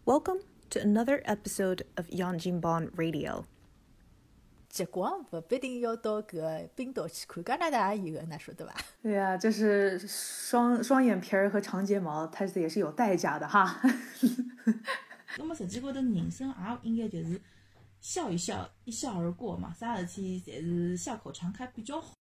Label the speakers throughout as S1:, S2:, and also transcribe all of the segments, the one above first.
S1: Welcome to another episode of Yanjinban Radio.
S2: 极光不必定要到搿个冰岛去看，加拿大也有个，㑚晓得伐？
S1: 对呀，就是双眼皮儿和长睫毛，它也是有代价的哈。
S3: 那么实际高头人生也应该就是笑一笑，一笑而过嘛，啥事体侪是笑口常开比较好。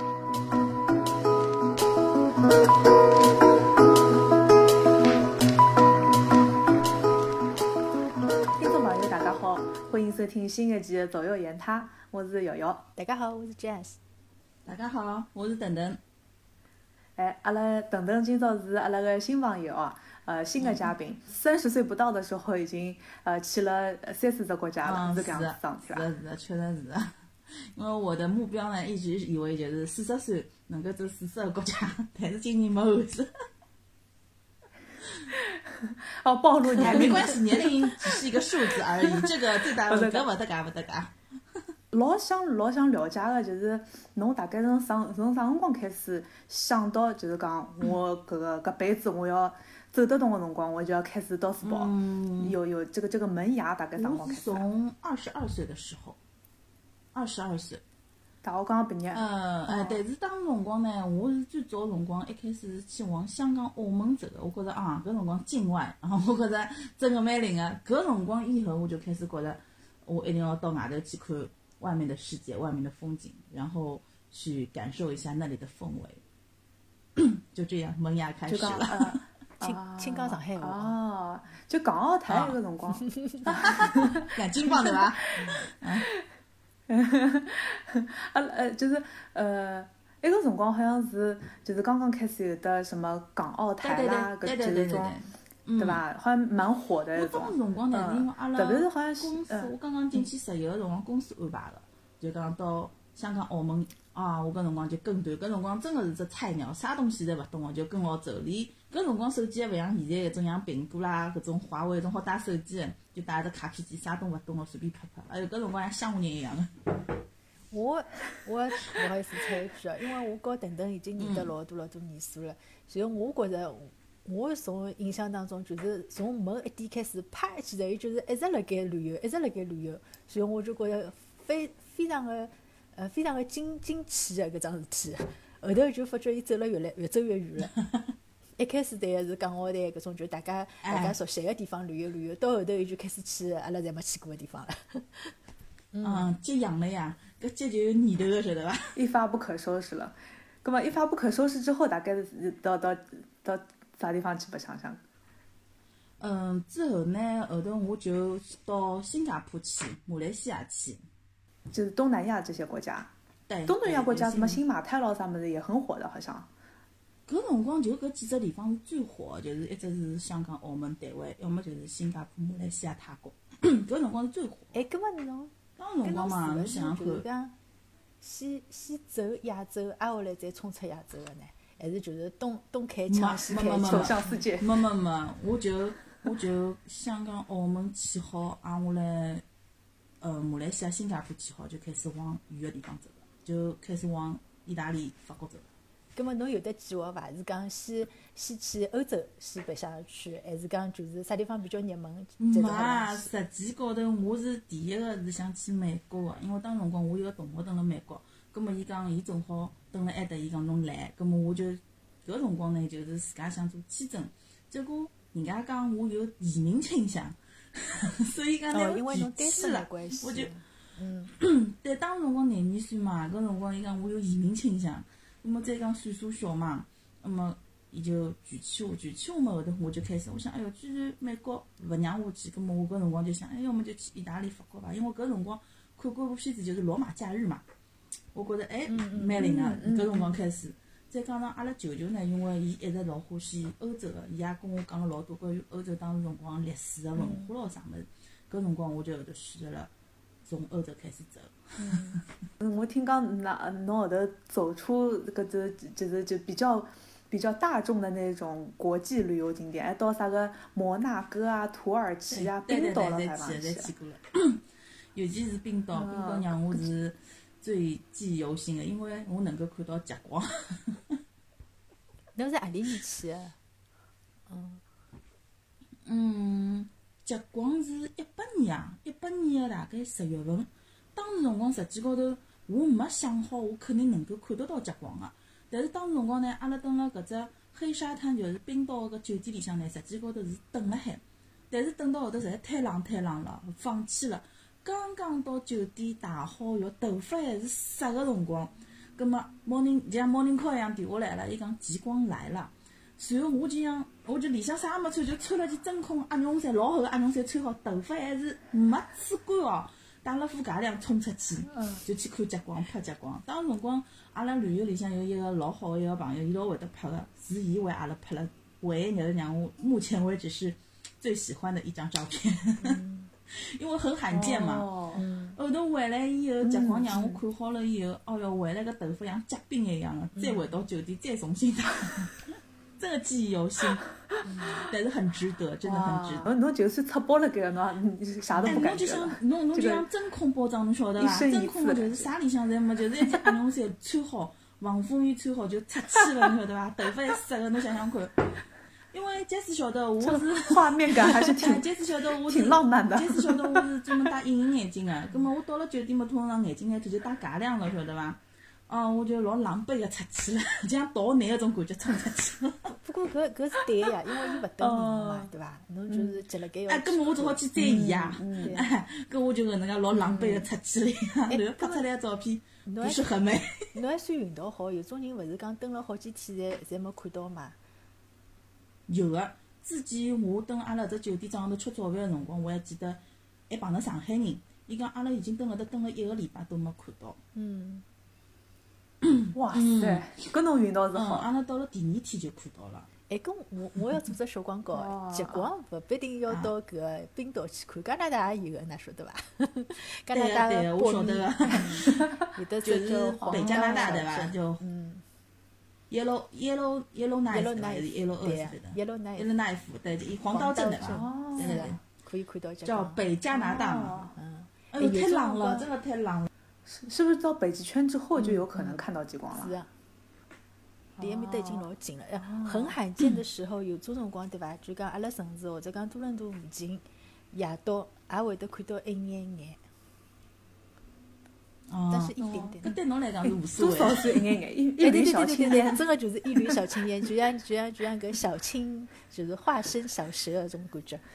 S1: 听众朋友大家好，欢迎收听新一期的左右言他，我是瑶瑶。
S2: 大家好，我是 Jazz。
S3: 大家好，我是等等。
S1: 阿拉等等今朝是阿拉个新朋友啊，新的嘉宾，30岁不到的时候已经去了30个国家了，是这样子上去了。
S3: 是的，确实是的。因为我的目标呢，一直以为就是40岁能够走40个国家，但是今年没完成。
S1: 哦，暴露年龄
S3: 没关系，年龄只是一个数字而已，这个最大的搿勿得噶。
S1: 老想了解的，就是侬大概从啥辰光开始想到，就是讲我搿辈子我要走得动的辰光，我就要开始到处跑。有这个萌芽大概啥辰光开始？
S3: 从22岁的时候，22岁。
S1: 大学刚刚毕业。
S3: 但是当辰光呢，我是最早辰光一开始是去往香港、澳门走的。我觉着搿辰光境外，然后我觉着真的蛮灵个。搿辰光以后，我就开始觉着我一定要到外头去看外面的世界、外面的风景，然后去感受一下那里的氛围。就这样，萌芽开始了。
S2: 请讲上海话。
S1: 哦，就港澳台那个辰光。
S3: 眼睛光对伐？
S1: 就是那个辰光好像是就是刚刚开始有的什么港澳台啦，搿就是种对伐？好像蛮火的那种。
S3: 当辰光呢，是因为阿拉
S1: 特别是好像
S3: 公司，我刚刚进去实习个辰光，公司安排个，就讲到香港、澳门啊，我搿辰光就跟团，搿辰光真个是只菜鸟，啥东西侪勿懂个，就跟牢走。连搿辰光手机也勿像现在搿种像苹果啦，搿种华为搿种好带手机个，就带只卡片机，啥都勿懂个，随便拍拍。哎哟，搿辰光像乡下人一样个。
S2: 我勿好意思插一句啊，因为我和等等已经认得老多年数了，所以我觉着我从印象当中就是从某一点开始，啪一记头，伊就是一直辣盖旅游，所以我就觉着非常的惊奇的搿桩事体。后头就发觉伊走了越走越远了。一开始对个是港澳台搿种就大家熟悉个地方旅游，到后头伊就开始去阿拉侪没去过个地方了。
S3: 接痒了呀，搿接就有年头个，晓得伐？
S1: 一发不可收拾了。葛末一发不可收拾之后，大概是到啥地方去白相相？
S3: 之后呢，后头我就到新加坡去，马来西亚去，
S1: 就是东南亚这些国家。
S3: 对，
S1: 东南亚国家什么新马泰咯啥么子也很火的，好像。
S3: 搿辰光就搿几只地方是最火，就是一直是香港、澳门、台湾，要么就是新加坡、马来西亚、泰国。搿辰光是最火。
S2: 搿么侬
S3: 当辰光嘛，侬想想看，
S2: 就是讲先走亚洲，挨下来再冲出亚洲个呢？还是就是东开枪西开枪，
S1: 走向世界？
S3: 没，我就香港、澳门去好，挨下来，马来西亚、新加坡去好，就开始往远个地方走了，就开始往意大利、法国走了。
S2: 葛么侬有得计划伐？是讲先去欧洲先白相一圈，还是讲就是啥地方比较热门？
S3: 没，实际高头我是第一个是想去美国个，因为当辰光我有个同学蹲辣美国，葛么伊讲伊正好蹲辣埃搭，伊讲侬来，葛么我就搿辰光呢就是自家想做签证，结果人家讲我有移民倾向，所以讲呢
S2: 因为侬单身
S3: 了，
S2: 关系，
S3: 我就但当辰光廿二岁嘛，搿辰光伊讲我有移民倾向。那么再讲岁数小嘛，那么伊就拒签我嘛，后头我就开始，我想，哎哟，既然美国勿让我去，葛么我搿辰光就想，哎，要么就去意大利、法国吧，因为搿辰光看过部片子就是《罗马假日》嘛，我觉着蛮灵个，搿辰光开始。再加上阿拉舅舅呢，因为伊一直老欢喜欧洲个，伊也跟我讲了老多关于欧洲当时辰光历史个文化咯啥物事，搿辰光我就后头选择了从欧洲开始走。
S1: 我听讲侬后头走出搿就比较大众的那种国际旅游景点，还到啥个摩纳哥啊、土耳其啊、冰岛了才往
S3: 去过了。尤其是冰岛，冰岛让我是最记忆犹新的，因为我能够看到极光。
S2: 侬是何里年去的？
S3: 极光是18年大概10月份，当时辰光实际高头我没想好我肯定能够看得到极光个，但是当时辰光呢，阿拉蹲辣搿只黑沙滩，就是冰岛个酒店里向呢，实际高头是等了海，但是等到后头实在太冷了，放弃了。刚刚到酒店洗好浴，头发还是湿个辰光，葛末像 morning call 一样电话来了，伊讲极光来了。随后我就里向啥也没穿，就穿了件真空鸭绒衫，老厚个鸭绒衫穿好，头发还是没吹干哦，带了副假凉冲出去，就去看极光，拍极光。当时辰光，阿拉旅游里向有一个老好个一个朋友，伊老会得拍个，是伊为阿拉拍了唯一让我目前为止是最喜欢的一张照片。因为很罕见嘛，后头回来以后，极光让我看好了以后，哦哟，回来个头发像结冰一样的，再回到酒店再重新打，真的记忆犹新。但是很值得，真的很值得。
S1: 侬就算出包了搿个，侬啥都不感觉了。
S3: 侬就像真空包装，侬晓得伐？真空的就是啥里向侪没，就是一件鸭绒衫穿好，防风衣穿好就出去了，侬晓得伐？头发还湿个，侬想想看。因为杰斯晓得我是
S1: 画面感还是
S3: 杰斯晓得我是
S1: 挺浪漫的。
S3: 杰斯晓得我是专门戴隐形眼镜的，葛末我到了酒店嘛，通常眼镜眼头就戴假亮了，晓得伐？我就老狼狈个出去了，就像逃难搿种感觉冲出去了。
S2: 不过搿是对个呀，因为伊勿等人嘛，对伐？侬就是急辣盖要。
S3: 葛末我只好去追伊呀。搿我就搿能介老狼狈个出去了呀，然后拍出来个照片不是很美。
S2: 侬还算运道好，有种人勿是讲蹲了好几天侪没看到嘛。
S3: 有个，之前我蹲阿拉只酒店早上头吃早饭个辰光，我还记得还碰着上海人，伊讲阿拉已经蹲辣搭蹲了1个礼拜都没看到。
S1: 哇塞，搿侬运道是好。
S3: 阿拉到了第2天就看到了。
S2: 搿我要做只小广告，极光勿必定要到搿个冰岛去看，加拿大也有个，㑚晓得伐？加拿大
S3: 对，我晓得个，
S2: 有的
S3: 就是北加拿大对
S2: 伐？
S3: 伐？就Yellow Knife 还是 Yellow Earth 对的
S2: Yellow
S3: Knife 对，黄刀镇对伐？对对对，
S2: 可以看到极光。
S3: 叫北加拿大嘛。太冷了，真的太冷了。
S1: 是不是到北极圈之后就有可能看到极光了？
S2: 是啊，离埃面搭已经老近了。很罕见的时候，有种辰光对伐？就讲阿拉城市或者讲多伦多附近，夜到也会得看到一眼眼。但是一点点。
S3: 搿对侬来讲是无所谓。
S1: 多少是一眼眼，一缕小青烟，
S2: 真的就是一缕小青烟，就像搿小青，就是化身小蛇搿种感觉。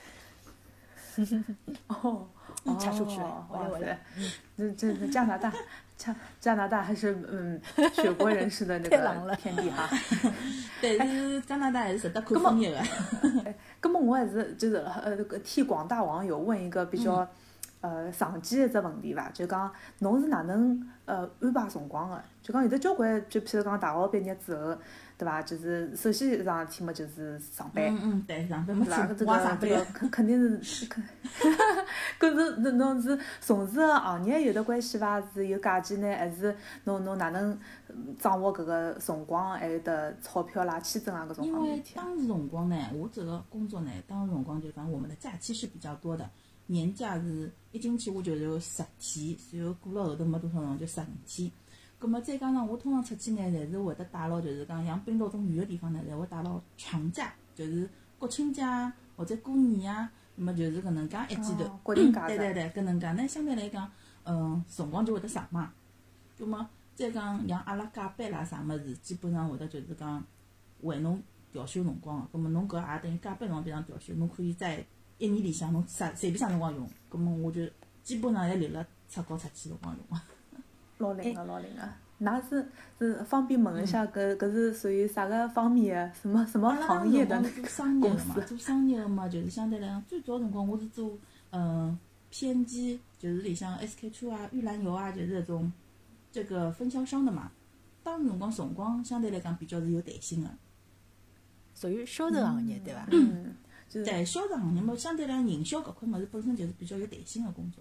S2: 插出去了，回来。
S1: 这加拿大还是雪国人士的那个天地哈。
S3: 但是加拿大还是值得看枫叶的。
S1: 咁么我还是就是替广大网友问一个比较常见的一只问题伐，就讲侬是哪能安排辰光的？就讲有的交关，就譬如讲大学毕业之后，对伐？就是首先一桩事体嘛，就是上班。
S3: 对，上班没错，
S1: 这个肯定是搿是侬是从事个行业有的关系伐？是有假期呢，还是侬哪能掌握搿个辰光，还有得钞票啦、签证啊搿种方面？
S3: 因为当时辰光呢，我这个工作呢，当时辰光就讲我们的假期是比较多的。年假是一进去我就是有10天，随后过了后头没多少辰光就15天。葛末再加上我通常出去呢，侪是会得带牢，就是讲像冰岛种远个地方呢，侪会带牢长假，就是国庆假或者过年啊，那么就是搿能介一记头。
S1: 国定假
S3: 对，搿能介，那相对来讲，辰光就会得长嘛。葛末再讲像阿拉加班啦啥物事，基本上会得就是讲为侬调休辰光个。葛末侬搿也等于加班辰光变成调休，侬可以在1年里向侬随便啥辰光用，葛末我就基本上还留了出国出去辰光用。
S1: 老灵个。㑚是方便问一下，搿是属于啥个方面的？什么行业的
S3: 做商业的嘛？做商业的嘛，就是相对来讲，最早辰光我是做偏激，就是里向 SK2 啊、玉兰油啊，就是这种这个分销商的嘛。当时辰光相对来讲比较是有弹性的，
S2: 属于销售行业对伐？
S3: 对，销售行业嘛，相对来讲营销搿块物事本身就是比较有弹性的工作。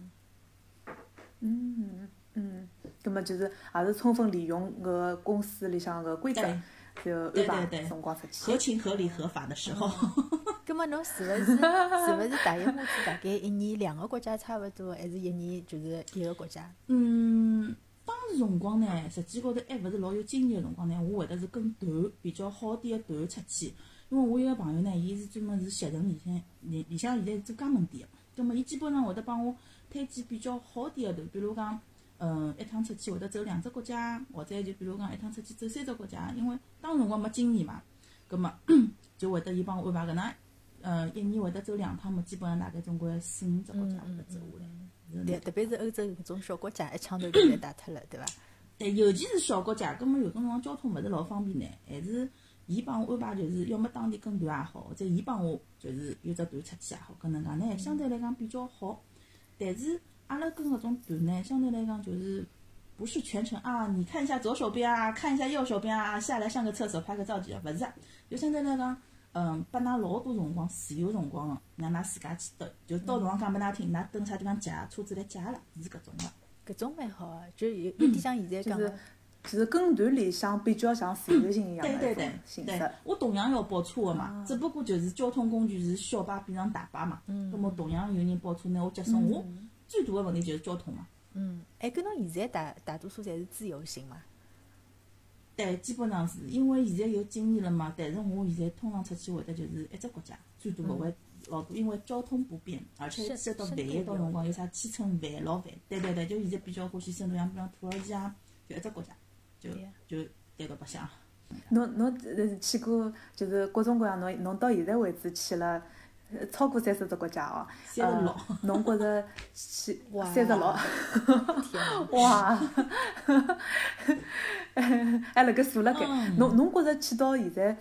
S1: 葛末就是也是充分利用搿公司里向个规则，就安排辰光出去。
S3: 合情合理合法的时候。
S2: 葛末侬是勿是大一模子大概1年2个国家差勿多，还是1年就是1个国家？
S3: 当时辰光呢，实际高头还勿是老有经验个辰光呢，我会得是跟团比较好点个团出去。 因为我有个朋友呢，伊是专门是携程里向现在做加盟店个，葛末伊基本上会得帮我推荐比较好点个团，比如讲，一趟出去会得走2只国家，或者就比如讲一趟出去走3只国家，因为当辰光没经验嘛，葛末就会得伊帮我安排搿能，一年会得走2趟嘛，基本上大概总归4-5只国家会得走下来。
S2: 对，特别是欧洲搿种小国家，一枪头就侪打脱了，对伐？
S3: 对，尤其是小国家，葛末有种辰光交通勿是老方便呢，还是伊帮我安排，就是要么当地跟团也好，或者伊帮我就是有只团出去也好，搿能介呢，相对来讲比较好。但是阿拉跟搿种团呢，相对来讲就是不是全程啊，你看一下左手边啊，看一下右手边啊，下来上个厕所拍个照就勿是，就相对来讲，拨㑚老多辰光自由辰光个，让㑚自家去兜，就到辰光讲拨㑚听，㑚等啥地方借车子来借了，是搿种个。
S2: 搿种蛮好个，就有点像现在讲个。
S1: 就是跟团里向比较像自由行一样的
S3: 对
S1: 一种形式。
S3: 我同样要包车个嘛，只不过就是交通工具是小巴变成大巴嘛。那么同样有人包车拿我接送，我最大个问题就是交通嘛。
S2: 搿侬现在大多数侪是自由行嘛？
S3: 对，基本上是因为现在有经验了嘛。但是我现在通常出去会得就是一只国家，最多勿会老多，因为交通不便，而且涉及到万一到辰光有啥千乘万老烦。对，就现在比较欢喜深度，像比方土耳其啊，就一只国家。就单独白相。
S1: 侬去过就是各种各样，侬到现在为止去了超过30只国家哦。
S3: 36。
S1: 侬觉着去36？哇！还辣盖数辣盖。侬觉着去到现在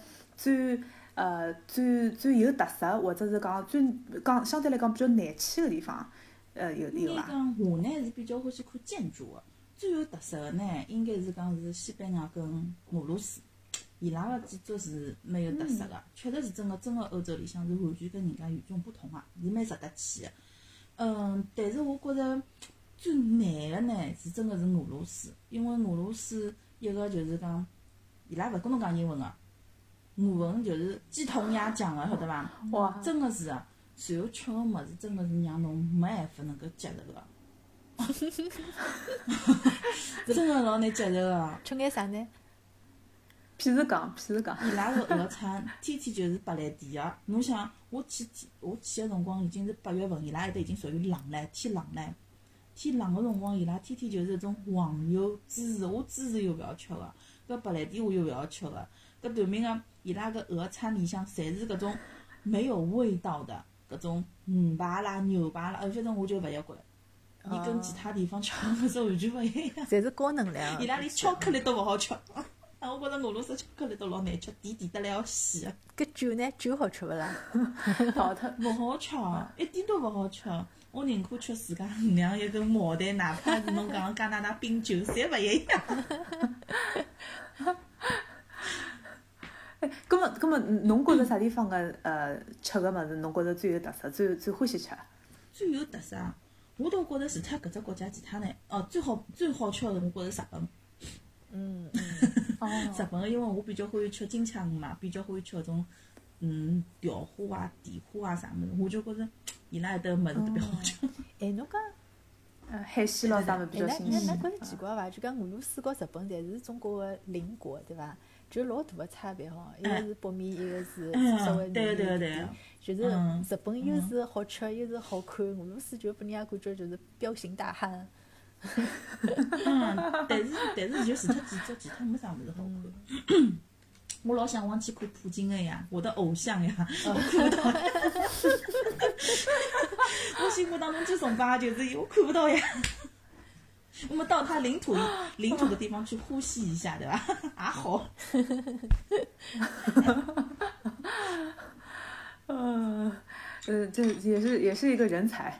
S1: 最有特色，或者是讲相对来讲比较难去个地方，有伐？
S3: 讲我呢是比较欢喜看建筑个。最有特色个呢，应该是讲是西班牙跟俄罗斯，伊拉个建筑是蛮有特色个，确实是真个欧洲里向是完全跟人家与众不同个，是蛮值得去个。但是我觉着最难个呢，是真个是俄罗斯，因为俄罗斯一个就是讲，伊拉勿跟侬讲英文个，俄文就是鸡同鸭讲个，晓得伐？
S1: 哇！
S3: 真个是个，随后吃个物事真个是让侬没办法能够接受个。真个老难接受个。
S2: 吃眼啥呢？
S1: 譬如讲，
S3: 伊拉个俄餐天天就是白来甜个。侬想，我去个辰光已经是8月份，伊拉埃搭已经属于冷唻，天冷唻。天冷个辰光，伊拉天天就是种黄油、芝士，我芝士又勿要吃个，搿白来甜我又勿要吃个。搿对面个伊拉个俄餐里向侪是搿种没有味道的搿种鱼排啦、牛排啦，反正我就勿习惯。伊跟其他地方吃个是完全勿一样。
S2: 侪是高能量。
S3: 伊拉连巧克力都勿好吃。我觉着俄罗斯巧克力都老难吃，甜得来要死。
S2: 搿酒呢？酒好吃勿啦？
S1: 好脱，
S3: 勿好吃，一点都勿好吃。我宁可吃自家酿一个茅台，哪怕是侬讲加拿大冰酒，侪勿一样。
S1: 葛末侬觉着啥地方个吃个物事，侬觉着最有特色，最欢喜吃？
S3: 最有特色，我倒觉着除脱搿只国家，其他呢，最好吃个，我觉着日本。日本个，因为我比较欢喜吃金枪鱼嘛，比较欢喜吃搿种条花啊、地花啊啥物事，我就觉着伊拉埃搭个物事特别好吃。
S2: 侬讲
S1: 海鲜咯啥物事比较新鲜。
S2: 那觉着奇怪伐？就讲俄罗斯和日本侪是中国个邻国，对伐？就老大个差别一个是北面，一个是稍微南面点。就是日本又是好吃又是好看，俄罗斯就拨人家感觉就是彪形大汉。
S3: 但是就除脱几只，其他没啥物事好看。我老向往去看普京个呀，我的偶像呀，我看不到。我心目当中最崇拜就是伊，我看不到呀。我们到他领土的地方去呼吸一下，对吧？啊好。
S1: 这也是一个人才。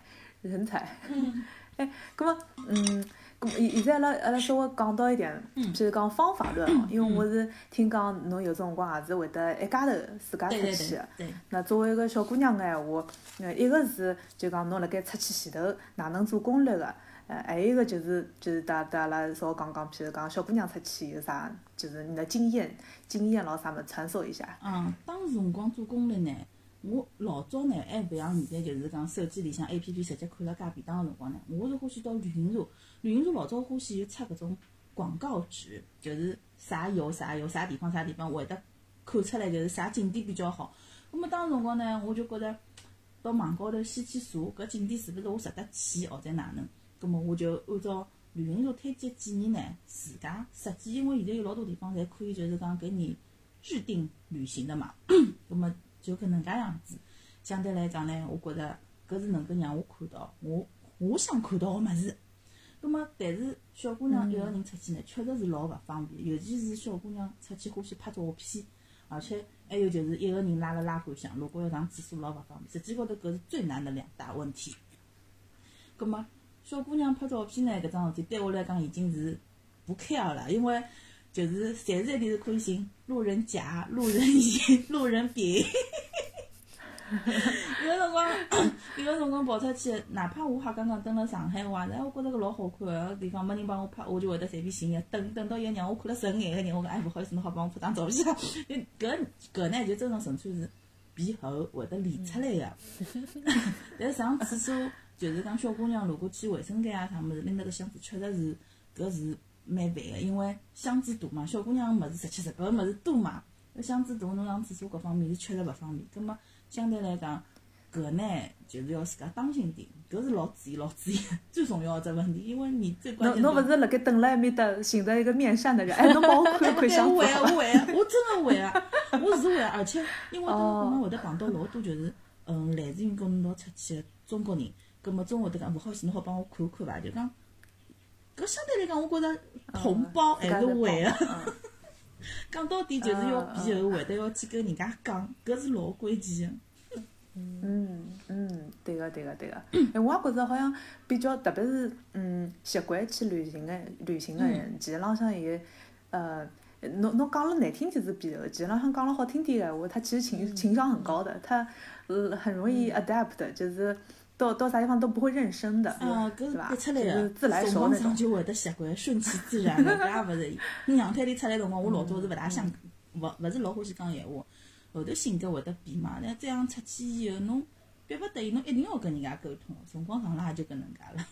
S1: 葛末现在阿拉稍微讲到一点，譬如讲方法论哦，因为我是听讲侬有辰光也是会得一家头自家出去的。那作为一个小姑娘个闲话，一个是就讲侬辣盖出去前头哪能做攻略个，还有一个就是搭阿拉稍微讲讲，譬如讲小姑娘出去有啥，就是你的经验咾啥物事传授一下。
S3: 当时辰光做攻略呢。我老早呢还勿像现在，就是讲手机里向 APP 直接看了介便当个辰光呢，我是欢喜到旅行社老早欢喜有出搿种广告纸，就是啥油啥地方会得看出来就是啥景点比较好。葛末当时辰光呢，我就觉着到网高头先去查搿景点是勿是我值得去，或者哪能。葛末我就按照旅行社推荐建议呢，自家设计，因为现在有老多地方侪可以就是讲给你制定旅行的嘛。葛末就搿能介样子。相对来讲呢，我觉着搿是能够让我看到我想看到个物事。葛末但是小姑娘一个人出去呢，确实是老勿方便，尤其是小姑娘出去欢喜拍照片，而且还有就是一个人拉了拉杆箱，如果要上厕所老勿方便。实际高头搿是最难的两大问题。葛末小姑娘拍照片呢，搿桩事体对我来讲已经是不 care 了，因为就是随时随地是可以寻路人甲、路人乙、路人丙。有个辰光跑出去，哪怕我瞎讲讲蹲辣上海话，我觉着搿老好看个地方，没人帮我拍，我就会得随便寻个。等到一个让我看了顺眼个人，我讲勿好意思，侬好帮我拍张照片伐？搿呢就真的纯粹是背后会得练出来个。但是上厕所就是讲小姑娘如果去卫生间啊啥物事，拎得个箱子确实是搿是蛮烦个，因为箱子大嘛，小姑娘个物事17、18个物事多嘛，搿箱子大，侬上厕所各方面是确实勿方便。葛末相对来讲，搿呢就是要自家当心点，搿是老注意最重要的只问题，因为你最关键。
S1: 侬勿是辣盖等辣埃面搭寻着一个面善的人，哎，侬帮我看看箱子。
S3: 我会啊，我真的会啊，我是会啊，而且因为可能会得碰到老多就是来自于跟侬一道出去的中国人，葛末总会得讲勿好意思，侬好帮我看看伐？就讲搿相对来讲，我觉着同胞还是会个。讲到底就是要背后会得要去跟人家讲，搿是老关键个。
S1: 对个。我也觉着好像比较，特别是习惯去旅行的人，其实浪向有侬讲了难听点是背后，其实浪向讲了好听点闲话，他其实情商很高的，他很容易 adapt，就是到啥地方都不会认生的，
S3: 搿
S1: 是吧？
S3: 逼出来
S1: 就是自来
S3: 辰
S1: 熟那种。
S3: 光长就会得习惯，顺其自然的，搿也勿是。你阳台里出来辰光，我老早是勿大想，勿是老欢喜讲闲话。后头性格会得变嘛，那这样出去以后，侬逼勿得已，侬一定要跟人家沟通。辰光长了也就搿能介了。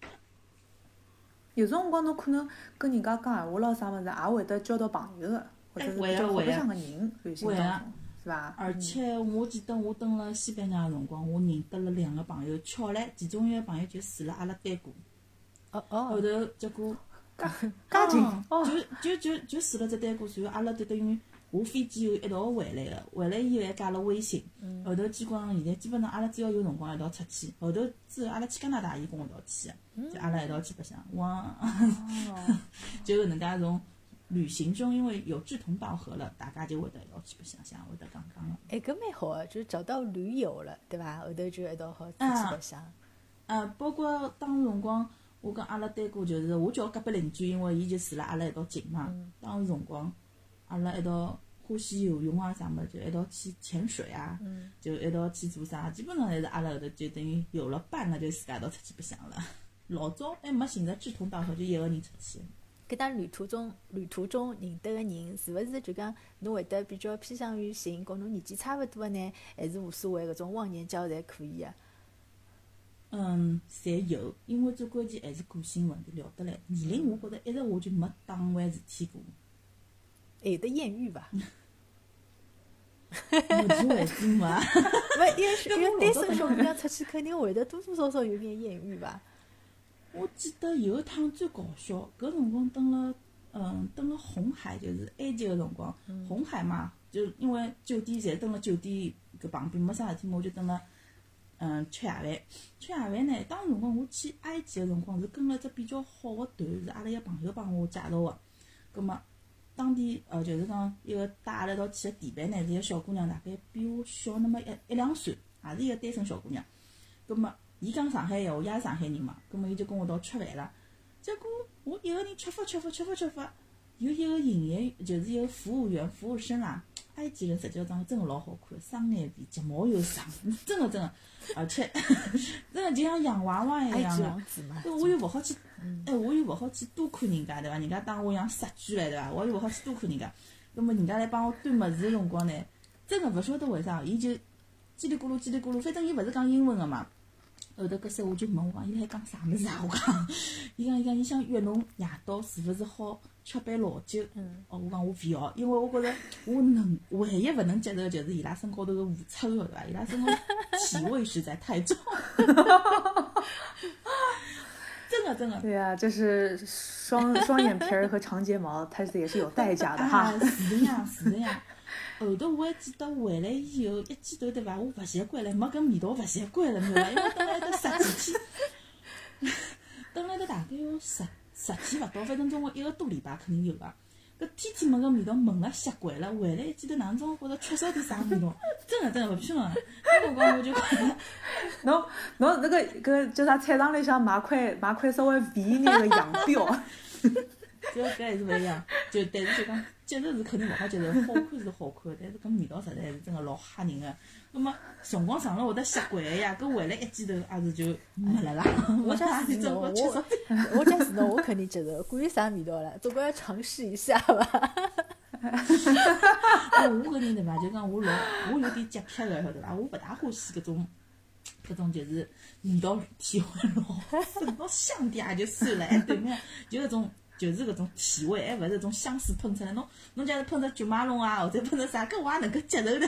S1: 有种辰光侬可能跟人家讲闲话咯啥物事，也会得交到朋友个，或者是比较合得上个人，旅行当中，是伐？
S3: 而且我记得我蹲辣西班牙个辰光，我认得了2个朋友，巧唻，其中一个朋友就住辣阿拉丹谷。后头结果
S1: 介近，
S3: 就住辣只丹谷，然后阿拉就等于下飞机后一道回来个，回来以后还加了微信。后头现在基本上阿拉只要有辰光一道出去，后头之后阿拉去加拿大，伊跟我一道去个，就阿拉一道去白相。哇，就搿能介从旅行中，因为有志同道合了，大家就会得一道去白相相，会得讲个。
S2: 哎，搿蛮好个，就是找到驴友了，对伐？后头就一道好出去白相。
S3: 包括当时辰光，我跟阿拉丹哥就是我叫隔壁邻居，因为伊就住辣阿拉一道近嘛。当时辰光，阿拉一道欢喜游泳啊啥么，就一道去潜水啊，就一道去做啥，基本上侪是阿拉后头就等于有了伴了，就自家一道出去白相了。老早还没寻着志同道合，就一个人出去。
S2: 搿趟旅途中认得个人，是勿是就讲侬会得比较偏向于寻跟侬年纪差勿多个呢，还是无所谓搿种忘年交侪可以个？
S3: 侪有，因为最关键还是个性问题，聊得来。年龄我觉着一直我就没当回事体过。
S2: 有得艳遇伐？
S3: 目前为止没。
S2: 勿，因为单身小姑娘出去肯定会得多多少少有点艳遇伐？
S3: 我记得有一趟最搞笑，搿辰光登了红海，就是埃及个辰光，红海嘛，就因为酒店侪登了酒店搿旁边没啥事体嘛，我就登了吃夜饭。吃夜饭呢，当时辰光我去埃及个辰光是跟了只比较好个团，是阿拉一个朋友帮我介绍个。葛末当地就是讲一个带阿拉一道去个地陪呢，是一个小姑娘，大概比我小那么一两岁，也是一个单身小姑娘。葛末伊讲上海闲话，伊也是上海人嘛，葛末伊就跟我一道吃饭了。结果我一个人吃法，有一个营业就是一个服务生啦，埃及人实际上长得真个老好看，双眼皮，睫毛又长，真个，而且真个就像洋娃娃一样个。我又勿好去，我又勿好去多看人家，对伐？人家当我像杀猪唻，对伐？我又勿好去多看人家。葛末人家来帮我端物事个辰光呢，真个勿晓得为啥，伊就叽里咕噜，反正伊勿是讲英文个嘛。 后头搿三我就问我讲，伊辣海讲啥物事啊？我讲，伊想约侬夜到是勿是好吃杯老酒？哦，我讲我勿要，因为我觉着我唯一勿能接受就是伊拉身高头个狐臭，对伐？伊拉身高体味实在太重。真的。
S1: 对呀，就是双眼皮儿和长睫毛，它也是有代价的哈。
S3: 是的呀。后头我还记得回来以后，一记头对伐？我勿习惯了，没搿味道勿习惯了，对伐？因为蹲辣埃搭10几天，蹲辣埃搭大概有10天勿到，反正总共1个多礼拜肯定有伐。搿天天闻个味道闻了习惯了，回来一记头哪能总觉着缺少点啥味道？真的勿骗侬啊！搿辰光我就觉着，
S1: 侬那个叫啥？菜场里向买块稍微肥一点的羊膘。
S3: 就搿还是勿一样，但是就讲接受是肯定勿好接受，好看是好看，但是搿味道实在还是真个老吓人个。那么辰光长了会得习惯个呀，搿回来一记头也是就没了啦。
S2: 我假使侬，我假使侬，我肯定接受，管伊啥味道了，总归要尝试一下吧。
S3: 我搿人对伐？就讲我有点洁癖个，晓得伐？我勿大欢喜搿种就是味道体会老深，老香点也就算了，对面就搿种。就是搿种体味，还勿是搿种香水喷出来。侬假如喷着菊马龙啊，或者喷着啥，搿我也能够接受的。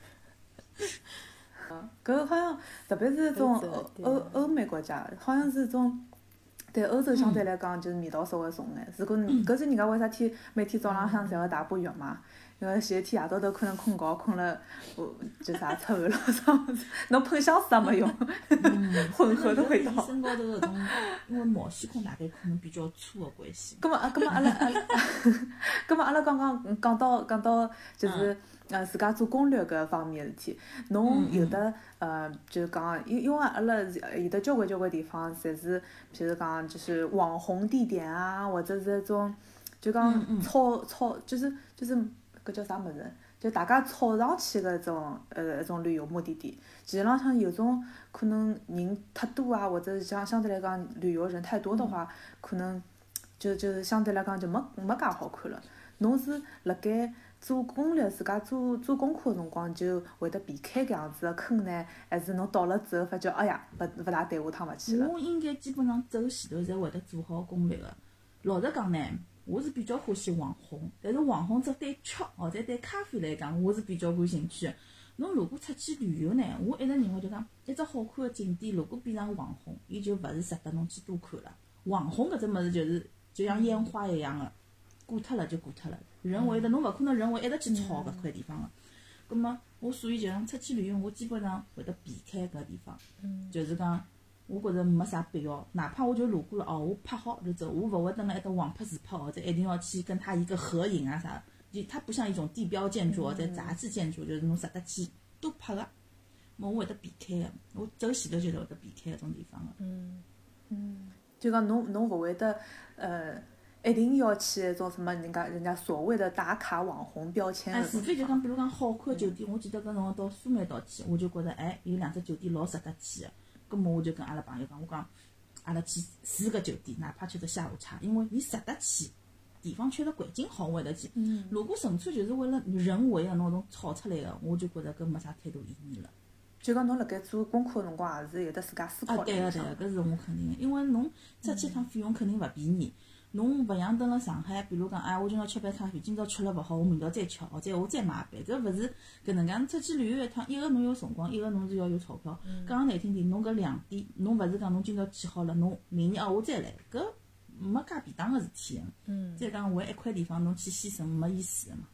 S1: 搿好像特别是种欧美国家，好像是种对欧洲相对来讲就是味道稍微重眼。如果搿是人家为啥体每天早浪向侪要打把浴嘛？因为前一天夜到头可能困觉困了，就啥臭了啥物事，侬喷香水也没用，混合的味道。
S3: 身高头搿种，因为毛细孔大概可能比较粗的关系。
S1: 葛末阿拉讲到就是自家做攻略搿方面的事体，侬有的就是讲，因为阿拉有的交关地方侪是，譬如讲就是网红地点啊，或者是种就讲就是搿叫啥物事？就大家炒上去个种一种旅游目的地，其实浪向有种可能人太多啊，或者是相对来讲旅游人太多的话，可能就是相对来讲就没介好看了。侬是辣盖做攻略、自家做功课个辰光就会得避开搿样子个坑呢，还是侬到了之后发觉哎呀勿大对，下趟勿去了？
S3: 我应该基本上走前头侪会得做好攻略个。老实讲呢。我是比较欢喜网红，但是网红只对吃或者对咖啡来讲，我是比较感兴趣的。侬如果出去旅游呢，我一直认为就讲一只好看的景点，如果变成网红，伊就勿是值得侬去多看了。网红搿只物事就像烟花一样的，过脱了就过脱了。人为的侬勿可能人为一直去炒搿块地方个。葛末我所以就讲出去旅游，我基本上会得避开搿地方，就是讲。我觉着没啥必要，哪怕我就路过了哦，我拍好就走，我勿会蹲辣埃搭网拍自拍或者一定要去跟他一个合影啊啥。就它不像一种地标建筑或者杂志建筑，就是侬值得去多拍个。我会得避开个，我走前头就是会得避开搿种地方个。
S1: 就讲侬勿会得一定要去那种什么人家所谓的打卡网红标签的。
S3: 除非就讲比如讲好看酒店，我记得搿辰光到苏梅岛去，我就觉着有2只酒店老值得去个。咁么我就跟阿拉朋友讲，我讲阿拉去4个酒店，哪怕吃只下午茶，因为伊值得去，地方确实环境好，我会得去。如果纯粹就是为了人为的侬炒出来的，我就觉着搿没啥太大意义了。
S1: 就讲侬辣盖做功课的辰光，也是有得自家思考的。
S3: 对个，搿是我肯定的，因为侬出去一趟费用肯定勿便宜。侬勿像蹲辣上海，比如讲，我今朝吃杯咖啡，今朝吃了勿好，我明朝再吃，或者我再买一杯，搿勿是搿能介。出去旅游一趟，一个侬有辰光，一个侬是要有钞票。讲难听点，侬搿2点，侬勿是讲侬今朝去好了，侬明年我再来，搿没介便当个事体个。再讲为一块地方侬去牺牲，没意思个嘛。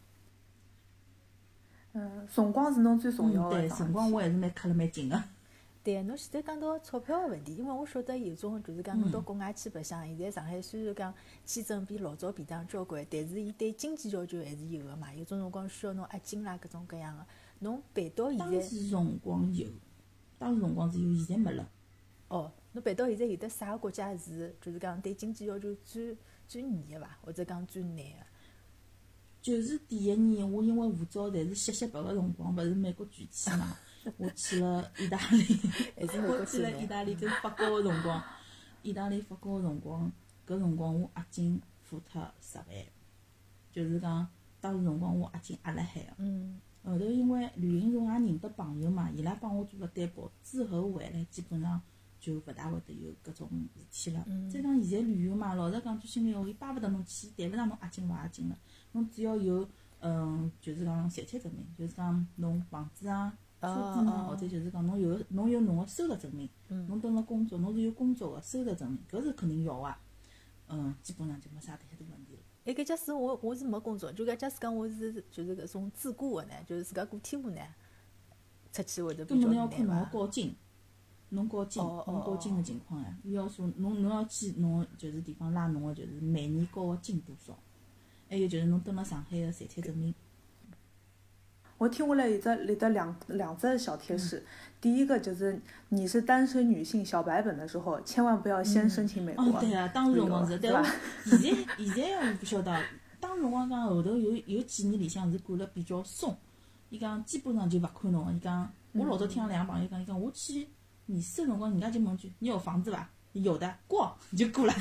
S1: 辰光是侬最重要个。
S3: 对，辰光我还是蛮刻了蛮紧个。
S2: 对，侬前头讲到钞票个问题，因为我晓得有种就是讲侬到国外去白相，现在上海虽然讲签证比老早便当交关，但是伊对经济要求还是有个嘛。有种辰光需要侬押金啦，各种各样个。侬办到现在，
S3: 当时辰光有，现在没了。
S2: 哦，侬办到现在有得啥个国家是就是讲对经济要求最严个伐？或者讲最难个？
S3: 就是第一年，我因为护照侪是歇白个辰光，勿是美国拒签嘛。我去了意大利，我去了意大利跟法国个辰光，意大利、法国个辰光，搿辰光我押金付脱10万，就是讲当时辰光我押金压辣海个。后头因为旅行社也认得朋友嘛，伊拉帮我做了担保，之后回来基本上就勿大会得有搿种事体了。再讲现在旅游嘛，老实讲句心里话，伊巴勿得侬去，谈勿上侬押金勿押金了，侬只要有就是讲财产证明，就是讲侬房子啊、车子啊，或者就是讲侬有侬个收入证明，侬蹲辣工作，侬是有工作个收入证明，搿是肯定要个。基本上就没啥太大问题了。
S2: 搿假使我是没工作，就讲假使讲我是就是搿种自雇个呢，就是自家个体户呢，出去会得比较
S3: 根本要看侬
S2: 难伐？
S3: 个交金，侬交金个情况呀。伊要说侬要去侬就是地方拉侬个就是每年交个金多少，还有就是侬蹲辣上海个财产证明。
S1: 我听下来里头两则小贴士，第一个就是你是单身女性小白本的时候，千万不要先申请美国。
S3: 对啊，当时辰光是，但我现在我不晓得，当时辰光讲后头有几年里向是管了比较松，伊讲基本上就勿看侬个，伊讲我老早听两个朋友讲，伊讲我去面试的辰光，人家就问句你有房子伐？有的，过你就过了。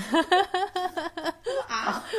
S3: 啊！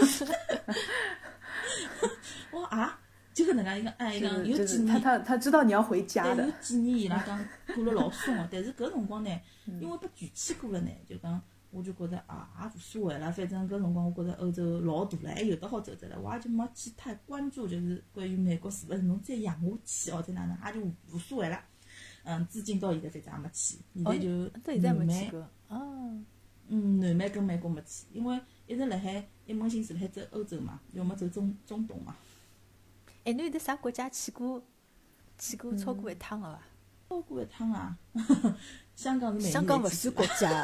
S3: 我啊！就搿能介，伊讲，伊讲有几年，
S1: 他知道你要回家的。
S3: 有几年伊拉讲管了老松个，但是搿辰光呢，因为被举起过了呢，就讲我就觉着也无所谓了，反正搿辰光我觉着欧洲老大了，还有得好走着了，我也就没去太关注，就是关于美国是勿是侬再养下去或者哪能，也就无所谓了。资金到现在反正也没去，现在就
S2: 到现在没
S3: 南
S2: 去过哦。
S3: 南美跟美国没去，因为一直辣海一门心思辣海走欧洲嘛，要么走中东嘛。
S2: 哎，侬有得啥国家去过超过一趟个伐？
S3: 超过一趟啊！香港是每年
S2: 香港勿算国家。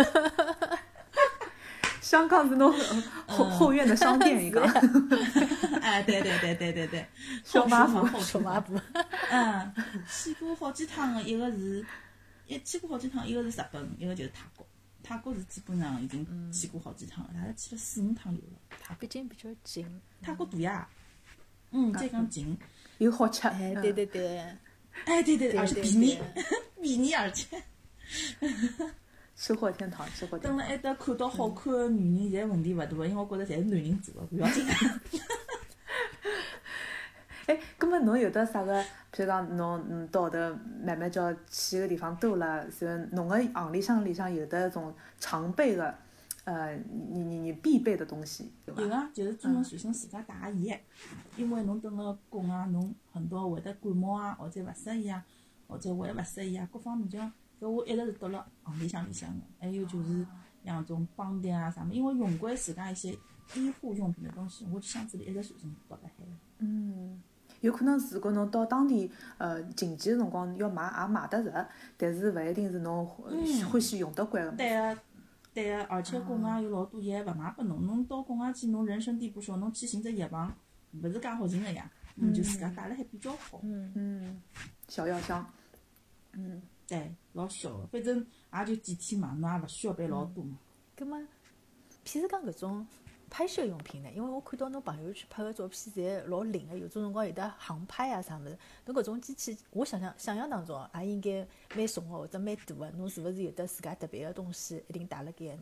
S1: 香港是侬后院的商店一个。
S3: 哎，对，
S1: 小卖部，
S2: 小卖部。
S3: 去过好几趟个，一个是去过好几趟，一个是日本，一个就是泰国。泰国是基本上已经去过好几趟了，大概去了4-5趟有了。
S2: 毕竟比较近。
S3: 泰国大呀。再讲近，
S1: 又好吃。
S2: 哎，对。
S3: 哎，对，而且便宜，便宜而且。
S1: 吃货天堂，吃货天堂。
S3: 等了埃搭看到好看个女人，现在问题勿大个，因为我觉着侪是男人做个，不要紧。
S1: 哎，葛末侬有得啥个？譬如讲，侬到后头慢慢叫去个地方兜了，然后侬个行李箱里向有得种常备个，你必备的东西，对伐？
S3: 有啊，就是专门随身自家带个盐，因为侬蹲辣国外，侬很多会得感冒啊，或者勿适意啊，或者胃勿适意啊，各方面就搿我一直是倒辣行李箱里向个。还有就是像种绑带啊啥么，因为用惯自家一些医护用品的东西，我箱子里一直随身倒辣海。
S1: 有可能是如果侬到当地紧急个辰光要买也买得着，但是勿一定是侬欢喜用得惯个。
S3: 对个，而且国外有老多药勿卖拨侬，侬到国外去侬人生地不熟，侬去寻只药房勿是介好寻个呀，就自家带了还比较好。
S1: 小药箱。
S3: 对，老小个，反正也就几天嘛，侬也勿需要背老多嘛。
S2: 葛末，譬如讲搿种拍摄用品呢，因为我看到侬朋友圈拍个照片侪老灵个，有种辰光有得航拍啊啥物事。侬搿种机器，我想象当中也应该蛮重个或者蛮大个。侬是勿是有得自家特别个东西一定带辣盖个呢？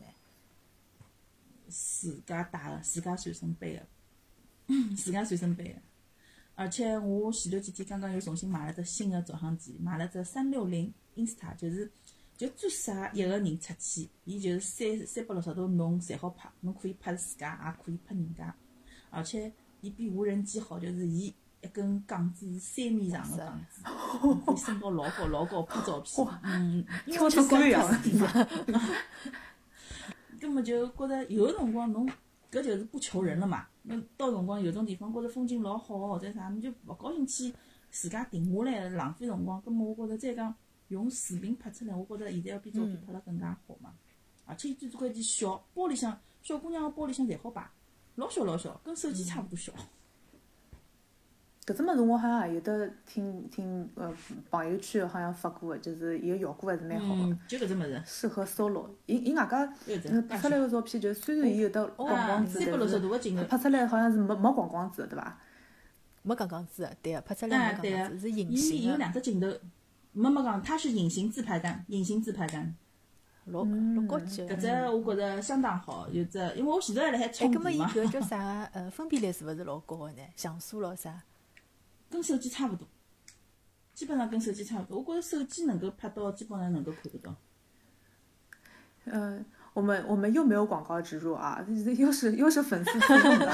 S3: 自家带个，自家随身背个，自家随身背个。而且我前头几天刚刚又重新买了只新个照相机，买了只360 Insta，就最适合一个人出去，伊就是360度侬侪好拍，侬可以拍自家，也可以拍人家。而且伊比无人机好，就是伊一根杠子3米长个杠子，可以升到老高拍照片。
S1: 跳出关样的地方。
S3: 根本就觉着有的辰光侬搿就是不求人了嘛。侬到辰光有种地方觉着风景老好或者啥，侬就勿高兴去自家停下来浪费辰光。根本我觉着再讲用视频拍出来，我觉着现在要比照片拍了更加好嘛。而且最关键小，玻璃箱小姑娘个玻璃箱侪好摆，老小，跟手机差不多小。
S1: 搿只物事我好像也有得听朋友圈好像发过个，就是伊个效果还是蛮好个。
S3: 就搿只物事。
S1: 适合 solo。伊外加拍出来个照片，就虽然伊有得光光子，但是拍出来好像是没光光子，对伐？
S2: 没光光子，对个，拍出来没光光子，是隐形
S3: 伊有2只镜头，没讲，它是隐形自拍杆，
S2: 老高级个。
S3: 搿只我觉着相当好，有只，因为我前头还辣海充
S2: 电嘛。
S3: 电嘛。
S2: 搿么伊搿叫啥个？分辨率是勿是老高个呢？像素咯啥？
S3: 跟手机差不多，基本上跟手机差不多。我觉着手机能够拍到，基本上能够看得到。
S1: 我们又没有广告植入啊，又是粉丝提供的。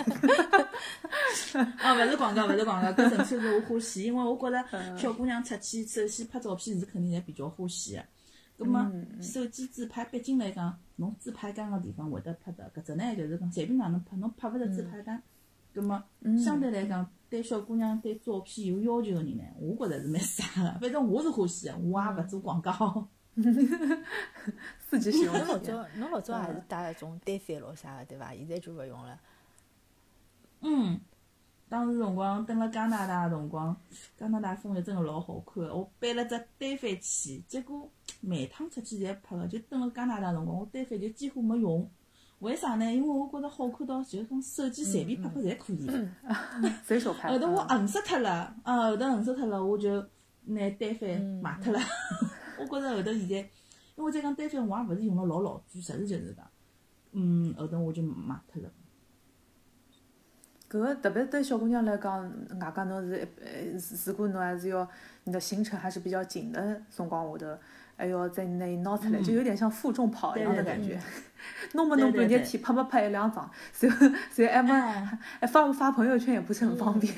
S3: 勿是广告，搿纯粹是我欢喜，因为我觉着小姑娘出去首先拍照片是肯定侪比较欢喜的。葛末手机自拍，毕竟来讲，侬自拍杆个地方会得拍的，搿只呢就是讲随便哪能拍，侬拍勿着自拍杆。葛末相对来讲，对小姑娘对照片有要求个人呢，我觉着是蛮傻个。反正我是欢喜个，我也勿做广告。
S1: 四级使用
S2: 侬
S1: 体验。
S2: 老早还是带搿种单反咯啥个对伐？现在就勿用了。
S3: 当时辰光蹲辣加拿大个辰光，加拿大风景真个老好看个。我背了只单反去，结果每趟出去侪拍个，就蹲辣加拿大辰光，我单反就几乎没用。为啥呢？因为我觉着好看到就是讲手机随便拍拍侪可以。
S1: 随手拍。
S3: 后头我恨死脱了，我就拿单反卖脱了。我觉着后头现在，因为再讲单反我也勿是用了老句，实事求是讲，后头我就卖脱了。
S1: 搿个特别对小姑娘来讲，外加侬如果侬还是要你的行程还是比较紧的辰光下头，还要再拿伊拿出来，就有点像负重跑一样的感觉。弄半日天，拍拍一两张，随后还没发朋友圈也不是很方便。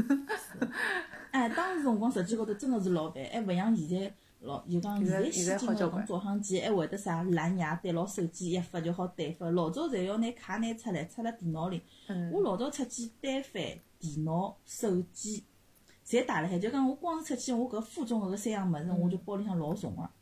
S3: 当时辰光手机高头真的是老烦，还勿像现在。就讲现在先进个种照相机还会得啥蓝牙对牢手机一发就好对发，老早侪要拿卡拿出来插辣电脑里。我老早出去单反、电脑、手机侪带辣海，就讲我光是出去，我搿负重搿三样物事，我就包里向老重个。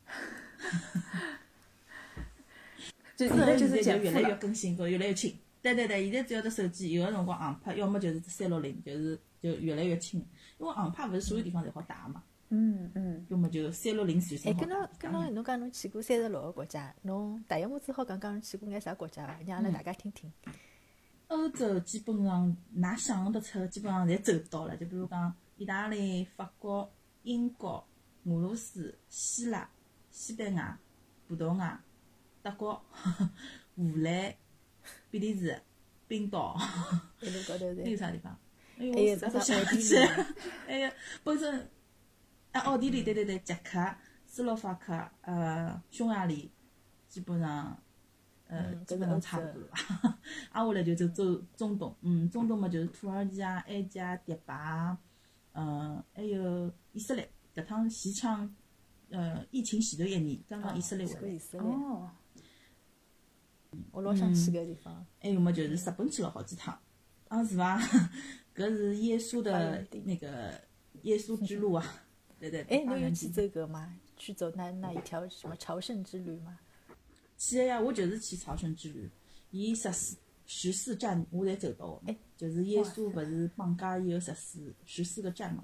S3: 现在就越来越更新，越来越轻。对，现在只要得手机，有个辰光航拍，要么就是360，就越来越轻，因为航拍勿是所有地方侪好打嘛。要么就360随身好打。
S2: 跟侬讲侬去过36个国家，侬大约么子好讲侬去过眼啥国家伐？让阿拉大家听听。
S3: 欧洲基本上㑚想象得出，基本上侪走到了。就比如讲意大利、法国、英国、俄罗斯、希腊、西班牙、葡萄牙、德国、荷兰、比利时、冰岛。
S2: 一路高头侪。
S3: 还有啥地方？哎呦，
S2: 还有
S3: 啥都想不起来。哎呀，本身。奥地利，对，捷克、斯洛伐克、匈牙利，基本上差不多了吧。挨下来就走中东，中东嘛就是土耳其啊、埃及啊、迪拜啊，还有以色列。搿趟前抢，疫情前头1年，刚刚以色列回来。
S1: 哦。
S2: 我老想去搿地方。
S3: 还有么就是日本去了好几趟，是伐？搿是耶稣的那个耶稣之路啊。对，
S2: 侬有去走搿吗？去走那一条什么朝圣之旅吗？
S3: 去的呀，我就是去朝圣之旅，伊14站我侪走到的，就是耶稣勿是绑架以后14个站嘛，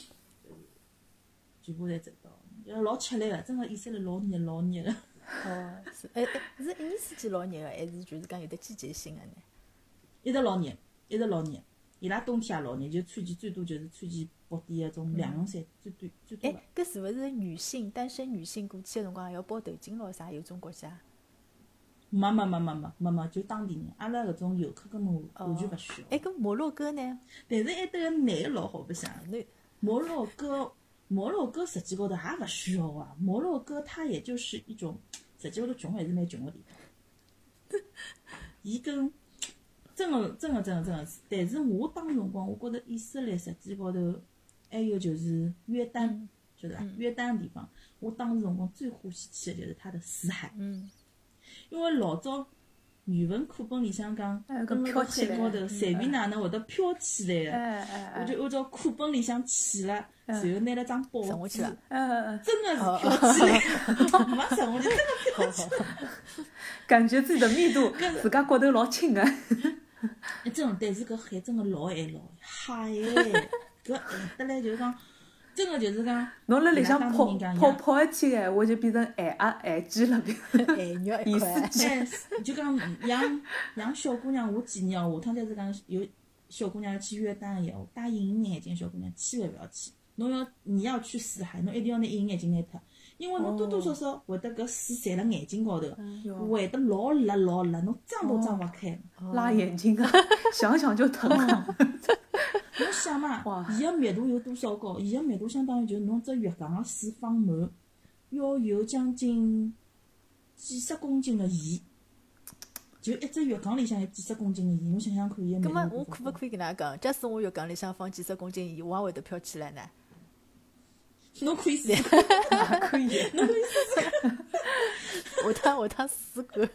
S3: 全部侪走到，老吃力个，真个以色列老热个。
S2: 是是一年四季老热个，还是就是讲有得季节性个呢？
S3: 一直老热。伊拉冬天也老热，就穿件最多就是穿件薄点个种两绒衫，最多了。
S2: 搿是勿是单身女性过去个辰光要包头巾咯啥？有种国家？
S3: 没，就当地人，阿拉搿种游客根本完全勿需要。
S2: 搿摩洛哥呢？
S3: 但是埃搭个男个老好白相。摩洛哥实际高头也勿需要啊。摩洛哥它也就是一种实际高头穷还是蛮穷个地方。伊跟真个是，但是我当时辰光，我觉着以色列实际高头，还有就是约旦，晓得伐？约旦个地方，我当时辰光最欢喜去的就是它的死海。因为老早语文课本里向讲，跟辣海高头随便哪能会得飘起来个，我就按照课本里向去了，然后拿了张报纸，真个是飘起来，没沉下去，真个飘起来，
S1: 感觉自己的密度自家觉头老轻个。
S3: 但是搿海真个老海，海搿海得来就是讲，真个就是讲，
S1: 侬辣里向泡一天个闲话，就变成海鸡了，
S2: 海肉一块。
S3: 就讲养小姑娘，我建议哦，下趟再是讲有小姑娘要去约旦个闲话，戴隐形眼镜小姑娘千万勿要去。你要去死海，侬一定要拿隐形眼镜拿脱，因为侬多多少少会得搿水溅辣眼睛高头，会得老辣，侬张都张勿开。
S1: 辣眼睛啊，想想就疼啊。
S3: 侬想嘛，伊个密度有多少高？伊个密度相当于就是侬只浴缸个水放满，要有将近几十公斤个盐，就一只浴缸里向有几十公斤个盐，侬想想看，伊个
S2: 葛
S3: 魅力有多少
S2: 末我可勿可以跟㑚讲，假使我浴缸里向放几十公斤盐，我也会得飘起来呢？
S3: 侬可以试试，
S1: 可以。
S3: 侬可以试试。
S2: 下趟试试看。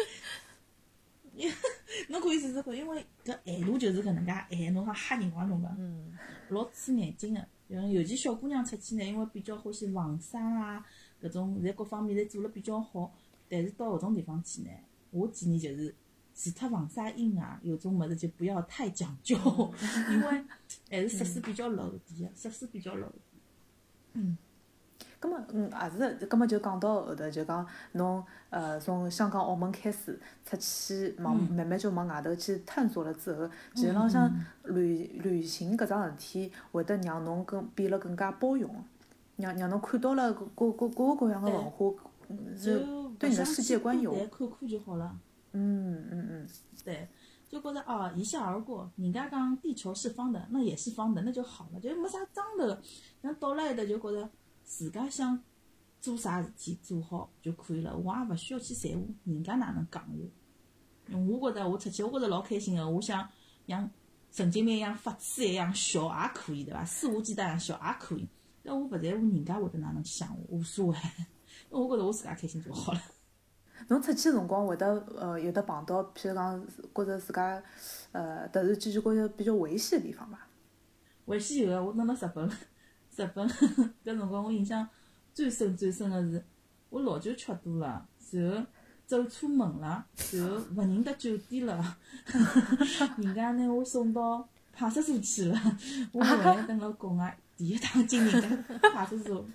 S3: 侬可以试试看，因为搿咸度就是搿能介咸，侬好吓人伐？侬讲，老刺眼睛个。尤其小姑娘出去呢，因为比较欢喜防晒啊，搿种侪各方面侪做了比较好。但是到搿种地方去呢，我建议就是除脱防晒衣啊，有种物事就不要太讲究，因为还是设施比较漏点个，设施比较漏点。
S1: 葛末也是，葛末就讲到后头，就讲侬从香港、澳门开始出去慢慢就往外头去探索了之后，其实浪向旅行搿桩事体会得让侬变了更加包容，让侬看到了各个各样的文化，是对你的世界观有。
S3: 看看就好了。对，就觉着哦，一笑而过。人家讲地球是方的，那也是方的，那就好了，就没啥张头。像到了埃头就觉着自家想做啥事体做好就可以了，我也勿需要去在乎人家哪能讲我。我觉着我出去，我觉着老开心个。我想像神经病一样发痴一样笑也可以，对伐？肆无忌惮地笑也可以。但我勿在乎人家会得哪能想我，无所谓。因为我觉着我自家开心就好了。
S1: 侬出去辰光会得有得碰到，譬如讲觉着自家突然之间觉着比较危险的地方伐？
S3: 危险有个，我蹲辣日本搿辰光我印象最深个是，我老酒吃多了，然后走错门了，然后勿认得酒店了，人家拿我送到派出所去了。我回来蹲辣国外第一趟进人家派出所，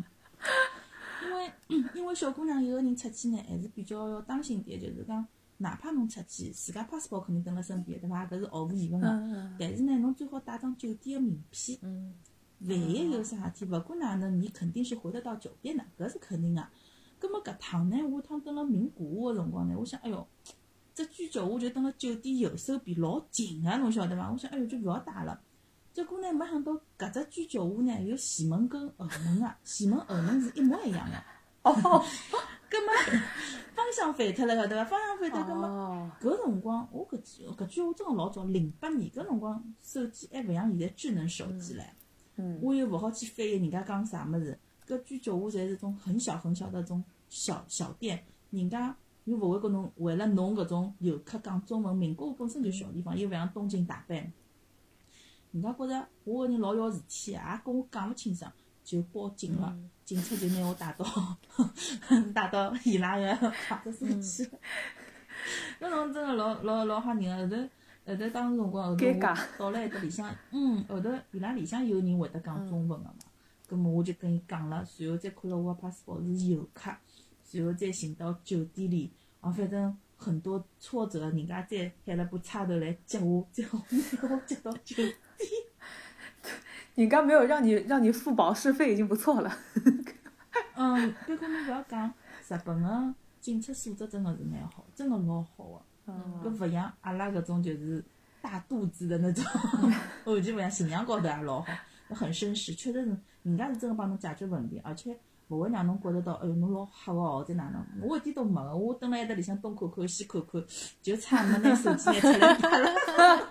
S3: 因为小姑娘有个人出去呢，还是比较要当心点，就是讲，哪怕侬出去，自家 passport 肯定蹲辣身边，对伐？搿是毫无疑问个。但是呢，侬最好带张酒店个名片。万一有啥事体，勿管哪能，你肯定是回得到酒店的，搿是肯定个。葛末搿趟呢，我趟蹲辣名古屋个辰光呢，我想，哎哟，这居酒屋就蹲辣酒店右手边，老近个，侬晓得伐？我想，哎哟，就勿要带了。结果呢，没想到搿只居酒屋呢有前门跟后门个，前门后门是一模一样个。葛末方向反脱了，晓得伐？方向反脱，葛末搿辰光我搿居屋真个老早，08年搿辰光手机还勿像现在智能手机唻。我又勿好去翻译人家讲啥物事，搿居酒屋侪是种很小很小的种小店，人家又勿会跟侬为了侬搿种游客讲中文，名古屋本身就小地方，又勿像东京大阪，人家觉着我个人老要事体，也跟我讲勿清爽，就报警了，警察就拿我带到伊拉个派出所去了。搿种真个老吓人个。后头当时辰光，后头我到了埃搭里向，后头伊拉里向有人会得讲中文个嘛，葛末我就跟伊讲了，随后再看了我个 passport 是游客，随后再寻到酒店里，反正很多挫折，人家再开了部差头来接我，最后拿我接到酒店。
S1: 人家没有让你付保释费已经不错了。
S3: 别个侬勿要讲，日本个警察素质真个是蛮好，真个老好个。搿勿像阿拉搿种就是大肚子的那种，完全勿像形象高头也老好，很绅士，确实是人家是真个帮侬解决问题，而且勿会让侬觉着到，哎哟侬老吓个哦，再哪能？我一点都没个，我蹲辣埃搭里向东看看西看看，就差没拿手机拿出来拍了。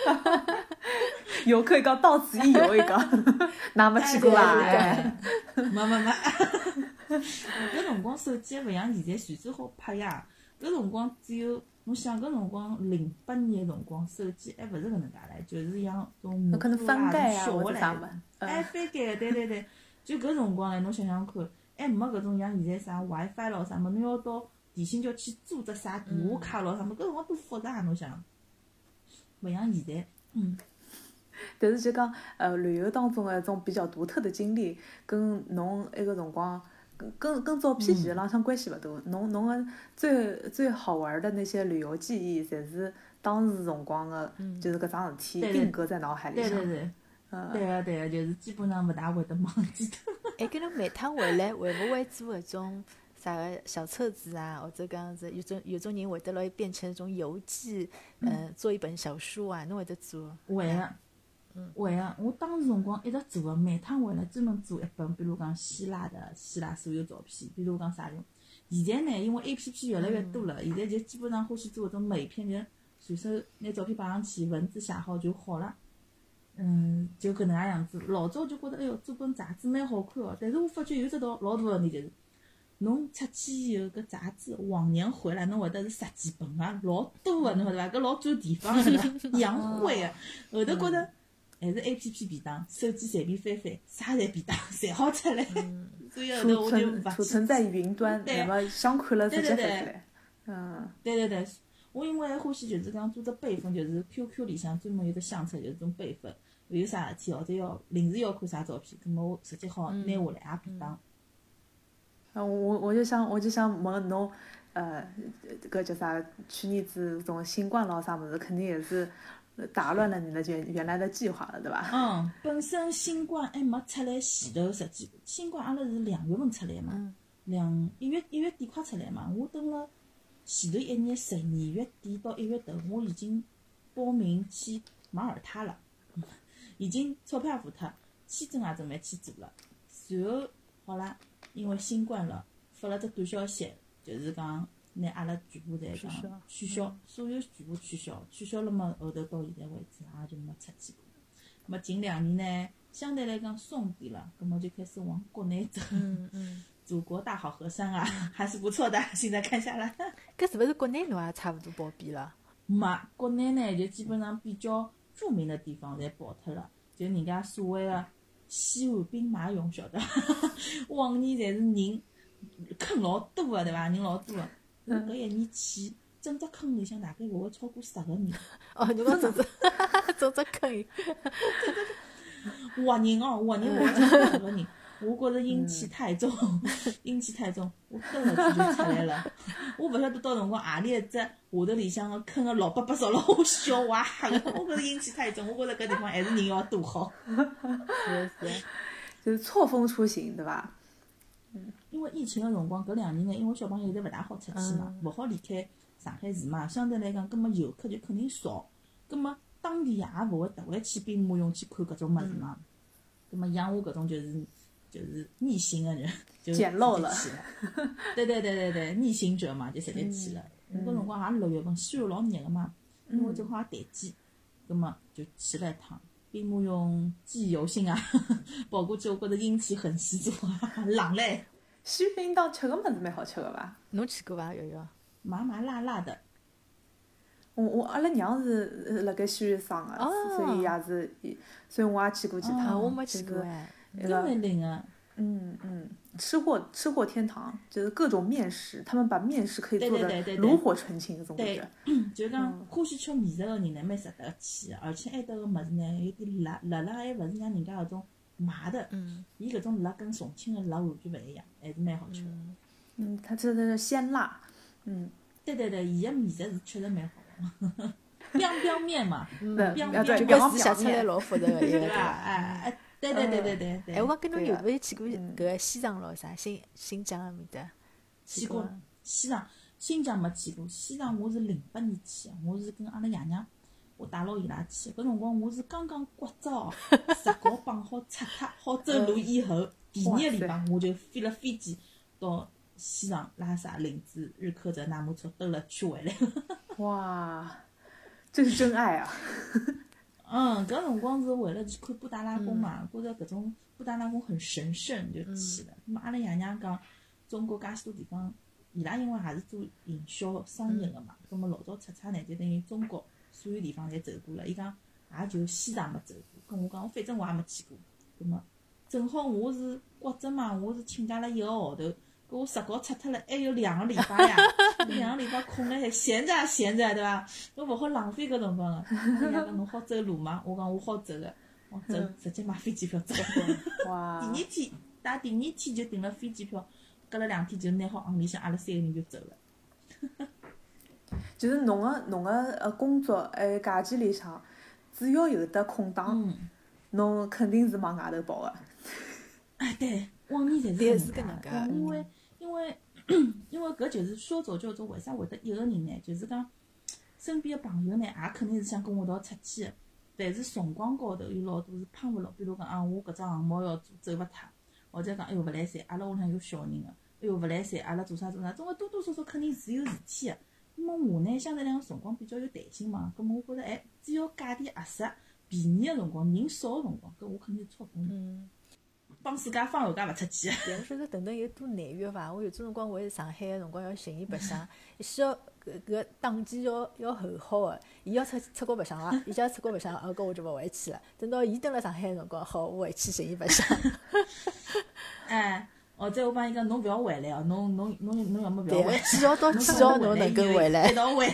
S1: 游客一讲到此一游一讲，哪没去过啊？
S3: 没。搿辰光手机还勿像现在随时好拍呀，搿辰光只有。侬想搿辰光08年个辰光，手机还勿是搿能介唻，就是像种摩托罗拉小个唻，翻盖，对，就搿辰光唻，侬想想看，还没搿种像现在啥 WiFi 咯啥么，侬要到电信叫去租只啥电话卡咯啥么，搿辰光多复杂，侬想，勿像现在，
S1: 但是就讲旅游当中个一种比较独特的经历，跟侬埃个辰光。跟照片其实浪向关系勿大，侬个最好玩的那些旅游记忆，侪是当时辰光个，就是搿桩事体定格在脑海里向。
S3: 对个，就是基本上勿大会得忘记脱。
S2: 搿侬每趟回来会勿会做搿种啥个小册子啊，或者讲是有种人会得拿伊变成一种游记，做一本小书啊，侬会得做？
S3: 会会啊，我当时辰光一直做个，每趟回来专门做一本，比如讲希腊所有照片，比如讲啥种。现在呢，因为 APP 越来越多了，现在就基本上欢喜做搿种美片，就随手拿照片摆上去，文字写好就好了。就搿能介样子。老早就觉得，哎哟，做本杂志蛮好看哦。但是我发觉有只老大个问题就是，侬出去以后，搿杂志往年回来，侬会得是十几本啊，老多个，侬晓得伐？搿老占地方个，对伐？洋灰个。后头觉得还是 APP 便当，手机随便翻翻，啥侪便当，侪好出来。所以后头我就
S1: 储存在云端，那么想看了直接翻出来。
S3: 对，我因为欢喜就是讲做只备份，就是 QQ 里向专门有只相册，就是种备份。有啥事体或者临时要看啥照片，葛末我直接好拿下来也便当。
S1: 我就想问侬，搿叫啥？去年子种新冠咯啥物事，肯定也是打乱了你的原来的计划了，对伐？
S3: 本身新冠还没出来前头，实际新冠阿拉是2月份出来嘛，1月底快出来嘛。我等了前头一年12月底到1月头，我已经报名去马耳他了。已经钞票也付脱，签证也准备去做了。随后好啦，因为新冠了，发了只短消息，就是讲拿阿拉全部侪讲取消，所有全部取消了嘛。后头到现在为止也就没出去过。那么近2年呢，相对来讲松点了，那么就开始往国内走。祖国大好河山啊，还是不错的。现在看下来，
S2: 搿是勿是国内侬也差勿多跑遍了？
S3: 没，国内呢就基本上比较著名的地方侪跑脱了，就人家所谓的西岸兵马俑，晓得往年侪是人坑老多的，对伐？人老多的。我搿一年去，整只坑里向大概勿会超过10个人。
S2: 侬讲整只坑，
S3: 活人哦，活人勿会超过10个人。我觉着阴气太重，我蹲下去就出来了。我勿晓得到辰光何里一只下头里向个坑个老伯伯朝了我笑，我也吓个。我觉着阴气太重，我觉着搿地方还是人要多好。
S2: 是，
S1: 就是错峰出行，对伐？
S3: 因为疫情个辰光，搿2年呢，因为小朋友现在勿大好出去嘛，勿好离开上海市嘛，相对来讲，葛末游客就肯定少，葛末当地也勿会特会去兵马俑去看搿种物事嘛。葛末像我搿种就是逆行的人，就
S1: 捡漏了。
S3: 对，逆行者嘛，就直接去了。我搿辰光也6月份，西安老热个嘛，因为正好也淡季，葛末就去了一趟。兵马俑记忆犹新啊，跑过去我觉着阴气很十足啊，冷嘞。
S1: 西安应当吃个物事蛮好吃个伐？
S2: 侬去过伐？瑶瑶？
S3: 麻麻辣辣的。
S1: 阿拉娘是辣盖西安生个，所以也是，所以我也去过几趟。
S2: 我没去过哎。
S3: 搿蛮灵个。
S1: 吃货天堂，就是各种面食，他们把面食可以做的炉火纯青，种感觉。
S3: 就是讲欢喜吃面食个人呢，蛮值得去，而且埃搭个物事呢，有点辣，还勿是像人家搿种麻的，伊搿种辣跟重庆个辣完全勿一样，还是蛮好吃的。
S1: 它这是鲜辣。
S3: 对，伊个面食是确实蛮好的。biang 面嘛，
S1: 对，
S2: 搿字写出来老复杂个，
S3: 对伐？对。
S2: 我讲跟侬有没有去过搿个西藏咯啥新疆埃面搭？
S3: 去过西藏，新疆没去过。西藏我是08年去的，我是跟阿拉爷娘，我带牢伊拉去。搿辰光我是刚刚刮照，石膏绑好拆脱，好走路以后，第2个礼拜我就飞了飞机到西藏拉萨、林芝、日喀则、纳木错兜了圈回来。
S1: 哇，这是真爱啊！
S3: 搿辰光是为了去看布达拉宫嘛，觉着搿种布达拉宫很神圣，就去了。那么阿拉爷娘讲，中国介许多地方，伊拉因为也是做营销商业个嘛，那么老早出差呢，就等于中国所有地方侪走过了。伊讲也就西藏没走过，跟我讲，反正我也没去过。那么正好我是骨折嘛，我是请假了1个号头。搿我石膏拆脱了，还有2个礼拜呀，2个礼拜空了还闲着，对伐？侬勿好浪费搿辰光个。人家讲侬好走路嘛，我讲我好走个，我走直接买飞机票走。
S1: 哇！
S3: 第2天就订了飞机票，隔了2天就拿好行李箱，阿拉3个人就走了。
S1: 就是侬个工作假期里向，只要有得空档，侬肯定是往外头跑个。
S3: 哎，对，往年侪是搿能介，因为搿就是说走就走。为啥会得一个人呢？就是讲身边个朋友呢，也肯定是想跟我一道出去个。 但是辰光高头有老多是碰勿牢，比如讲我搿只项目要做走勿脱，或者讲哎哟勿来三，阿拉屋里向有小人个，哎哟勿来三，阿拉做啥，总归多多少少肯定是有事体个。那么我呢，相对来讲辰光比较有弹性嘛，咁么我觉着只要价钿合适、便宜个辰光、人少个辰光，搿我肯定是超分。帮自家放后家勿出去。
S2: 但我晓得等等有多难约伐？我有种辰光我在上海个辰光要寻伊白相，伊需要搿档期要后好个，伊要出国白相伐？伊假出国白相，搿我就勿回去了。等到伊蹲辣上海个辰光，好，我回去寻伊白相。
S3: 或者我帮伊讲，侬勿要回来哦，侬要么勿要回来。
S2: 几号到几号侬能够回来？
S3: 一道回来。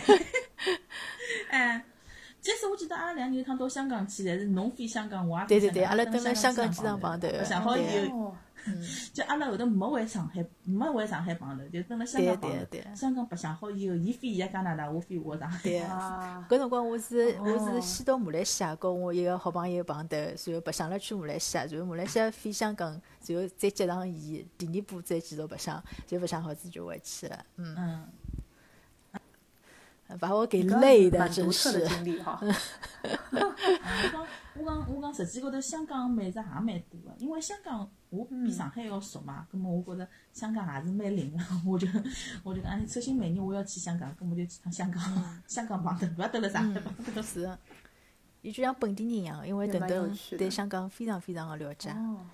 S3: 即使我记得阿拉两年有趟到香港去，但是侬飞香港，我也飞香港。
S2: 对，阿拉蹲辣香港机场碰头。
S3: 想好以后，就阿拉后头没回上海碰头，就蹲辣香港碰头。香港白相好以后，伊飞伊个加拿大，我飞我上海。
S2: 对搿辰光我是先到马来西亚，跟我一个好朋友碰头，然后白相了去马来西亚，然后马来西亚飞香港，然后再接上伊，第二步再继续白相，就白相好子就回去了。把我给累的，真是。
S3: 我讲，实际高头香港美食也蛮多的，因为香港我比上海要熟嘛，咁么我觉着香港也是蛮灵的，我就讲，首先每年我要去香港，咁么就去趟香港，香港碰头，勿要蹲辣上海碰头。
S2: 是，伊就像本地人一样，因为等等对香港非常非常的了解。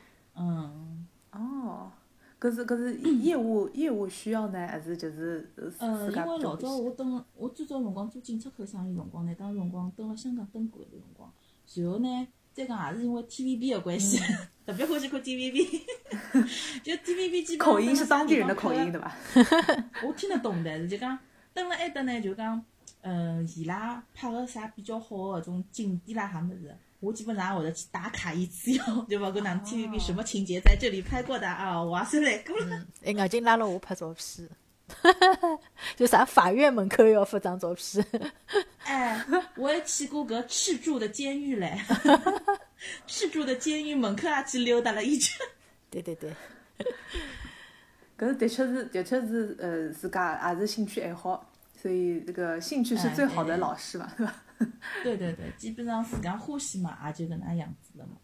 S1: 搿是业务需要呢，还是就是
S3: 因为老早我最早辰光做进出口生意辰光呢，当时辰光蹲辣香港蹲过一段辰光，然后呢，再讲也是因为 TVB 的关系，特别欢喜看 TVB， 就 TVB 基本上
S1: 口音是当地人的口音对伐？
S3: 我听得懂的，就讲蹲辣埃搭呢，就讲伊拉拍个啥比较好个搿种景点啦啥物事。我基本上也会得去打卡一次哟，就包括那 TVB 什么情节在这里拍过的啊，我也是来过了。
S2: 硬劲拉了我拍照片，就啥法院门口要发张照片。
S3: 我也去过搿赤柱的监狱嘞，赤柱的监狱门口也去溜达了一圈。
S2: 对。
S1: 搿的确是自家也是兴趣爱好，所以这个兴趣是最好的老师嘛，对吧？
S3: 对，基本上自家欢喜嘛，也就搿能样子了嘛。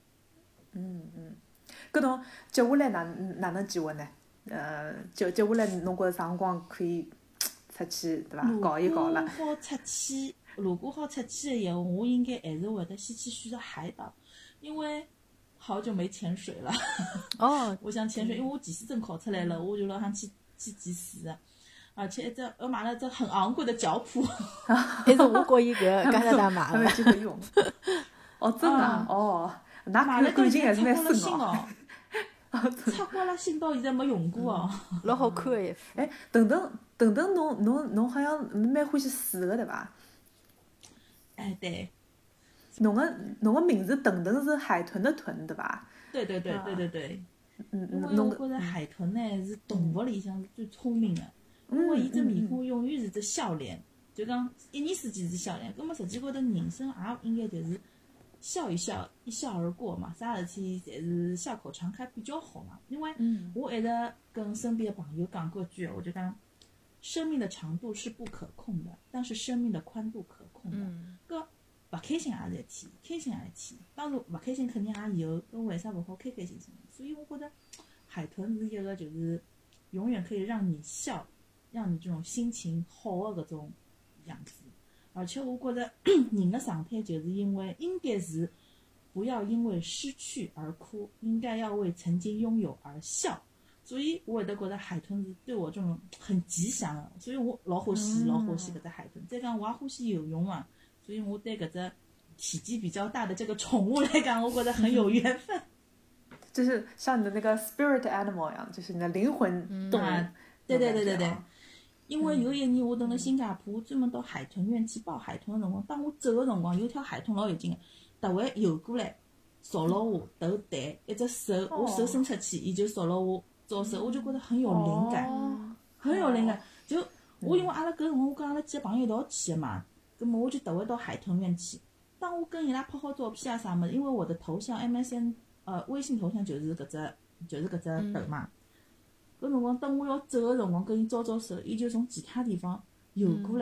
S1: 搿侬接下来哪能计划呢？接下来侬觉着啥辰光可以出去，对伐？搞一搞了。
S3: 如果好出去的闲话，我应该还是会得先去选择海岛，因为好久没潜水了。我想潜水，因为我技师证考出来了，我就老想去技师的。而且我买了只很昂贵的脚蹼，
S2: 还是我过一个加拿大买的，
S1: 没机会用。真的那
S3: 买了
S1: 感情还是蛮深
S3: 哦。擦光了心到现在没用过哦。
S2: 老好看的一副。
S1: 等等，侬好像蛮欢喜水的对伐？
S3: 对。
S1: 侬个名字等等是海豚的豚对伐？
S3: 对。因为我觉着海豚呢是动物里向是最聪明的。因为伊只面孔永远是只笑脸，就讲一年四季是笑脸。葛末实际高头人生也应该就是笑一笑，一笑而过嘛。啥事体侪是笑口常开比较好嘛。因为我一直跟身边的朋友讲过一句，我就讲，生命的长度是不可控的，但是生命的宽度可控的。搿勿开心也是一天，开心也是一天。当然勿开心肯定也有，搿为啥勿好开开心心？所以我觉着海豚是一个就是永远可以让你笑。让你这种心情好的搿种样子，而且我觉着人的状态就是因为应该是不要因为失去而哭，应该要为曾经拥有而笑。所以我会得觉得海豚是对我这种很吉祥的，所以我老欢喜搿只海豚。再讲我也欢喜游泳嘛，所以我对搿只体积比较大的这个宠物来讲，我觉得很有缘分。
S1: 就是像你的那个 spirit animal 一样，就是你的灵魂动物。
S3: 对。因为有一年我蹲辣新加坡，专门到海豚园去抱海豚的辰光，当我走的辰光，有条海豚老有劲的，突然游过来，朝了我头弹，一只手，我手伸出去，伊就朝了我招手，我就觉得很有灵感，很有灵感。就我因为阿拉搿辰光我跟阿拉几个朋友一道去的嘛，葛末我就突然到海豚园去。当我跟伊拉拍好照片啊啥物事，因为我的头像 MSN 微信头像就是搿只头嘛。搿辰光，等我要走个辰光，跟伊招招手，伊就从其他地方游过来，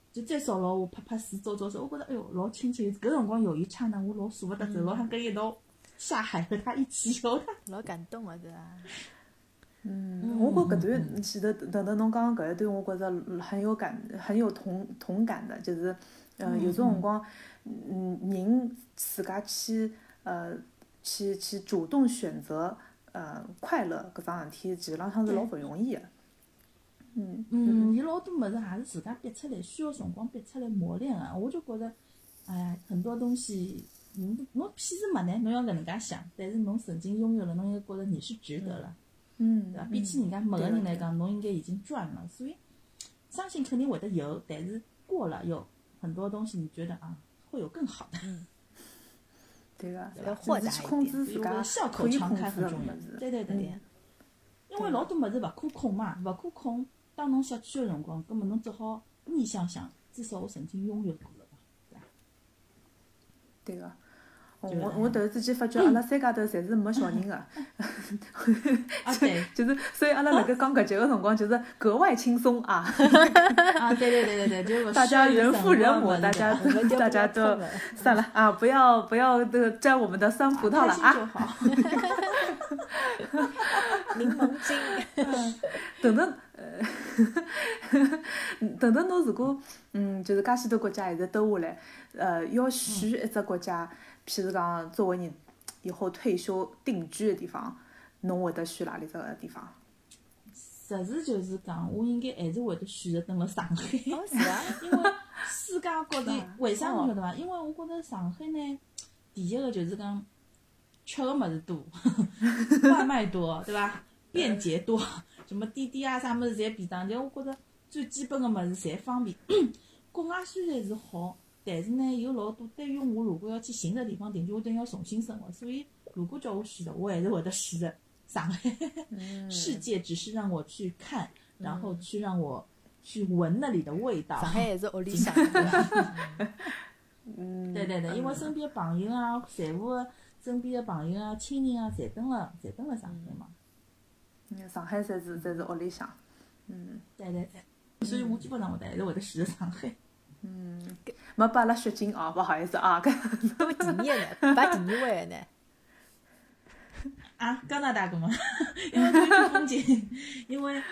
S3: 就再少了我拍拍水走走走，我觉得哎哟老亲切。搿辰光有一刹那我老舍不得走，老想跟一道下海和他一起游。
S2: 老感动个对伐？
S1: 我觉搿段前头等等侬讲搿一段，我觉着很有同感的，就是有种辰光，人自家去主动选择快乐搿桩事体，其实浪向是老勿容易的。
S3: 有老多物事也是自家逼出来，需要辰光逼出来磨练啊。我就觉着，哎呀，很多东西，侬屁事没呢，侬要搿能介想，但是侬曾经拥有了，侬又觉着你是值得了，对伐？比起人家没个人来讲，侬应该已经赚了。所以，相信肯定会得有，但是过了有很多东西，你觉得啊，会有更好的。
S1: 对个，
S2: 要豁达
S1: 去控制自家
S3: 笑口
S1: 可以
S3: 常
S1: 控制的
S3: 开很重要
S1: 物事。。
S3: 对，因为老多物事勿可控嘛，勿可控。当侬失去的辰光，葛末侬只好逆向想，至少我曾经拥有过了嘛，对伐？
S1: 对个，我突然之间发觉，阿拉三家头侪是没小人个，
S3: 啊对，
S1: 就是所以阿拉辣盖讲搿节个辰光，就是格外轻松啊。
S3: 啊对，就勿
S1: 大家
S3: 需要有
S1: 人父人母，
S3: 什么
S1: 大家都算了啊，不要这个沾我们的酸葡萄了
S3: 开心就
S1: 啊。
S3: 好。
S2: 柠檬精。
S1: 等等侬如果就是介许多国家一直兜下来，要选一只国家，譬如讲作为你以后退休定居的地方，侬会得选哪里只个地方？
S3: 实事求是讲，我应该还是会得选择蹲辣上海。
S2: 哦，是啊。
S3: 因为世界各地，为啥侬晓得伐？因为我觉着上海呢，第一个就是讲吃个物事多，外卖多，对伐？便捷多，什么滴滴啊啥物事侪便当，就我觉着最基本个物事侪方便。国外虽然是好，但是呢有老多对于我如果要去新的地方定居，我等要重新生活，所以如果叫我选择，我还是会得选择上海。世界只是让我去看，然后让我去闻那里的味道。
S2: 上海还是屋里向。
S3: 对，因为身边朋友啊，全部身边的朋友啊、亲人啊，侪蹲了上海嘛。
S1: 上海才是屋里向。
S3: 对，所以我基本上还是会得选择上海。
S1: 没把阿拉血精啊，不好意思啊。
S2: 排第二个呢？排第二位的呢？
S3: 啊，加拿大个嘛，因为看风景，因为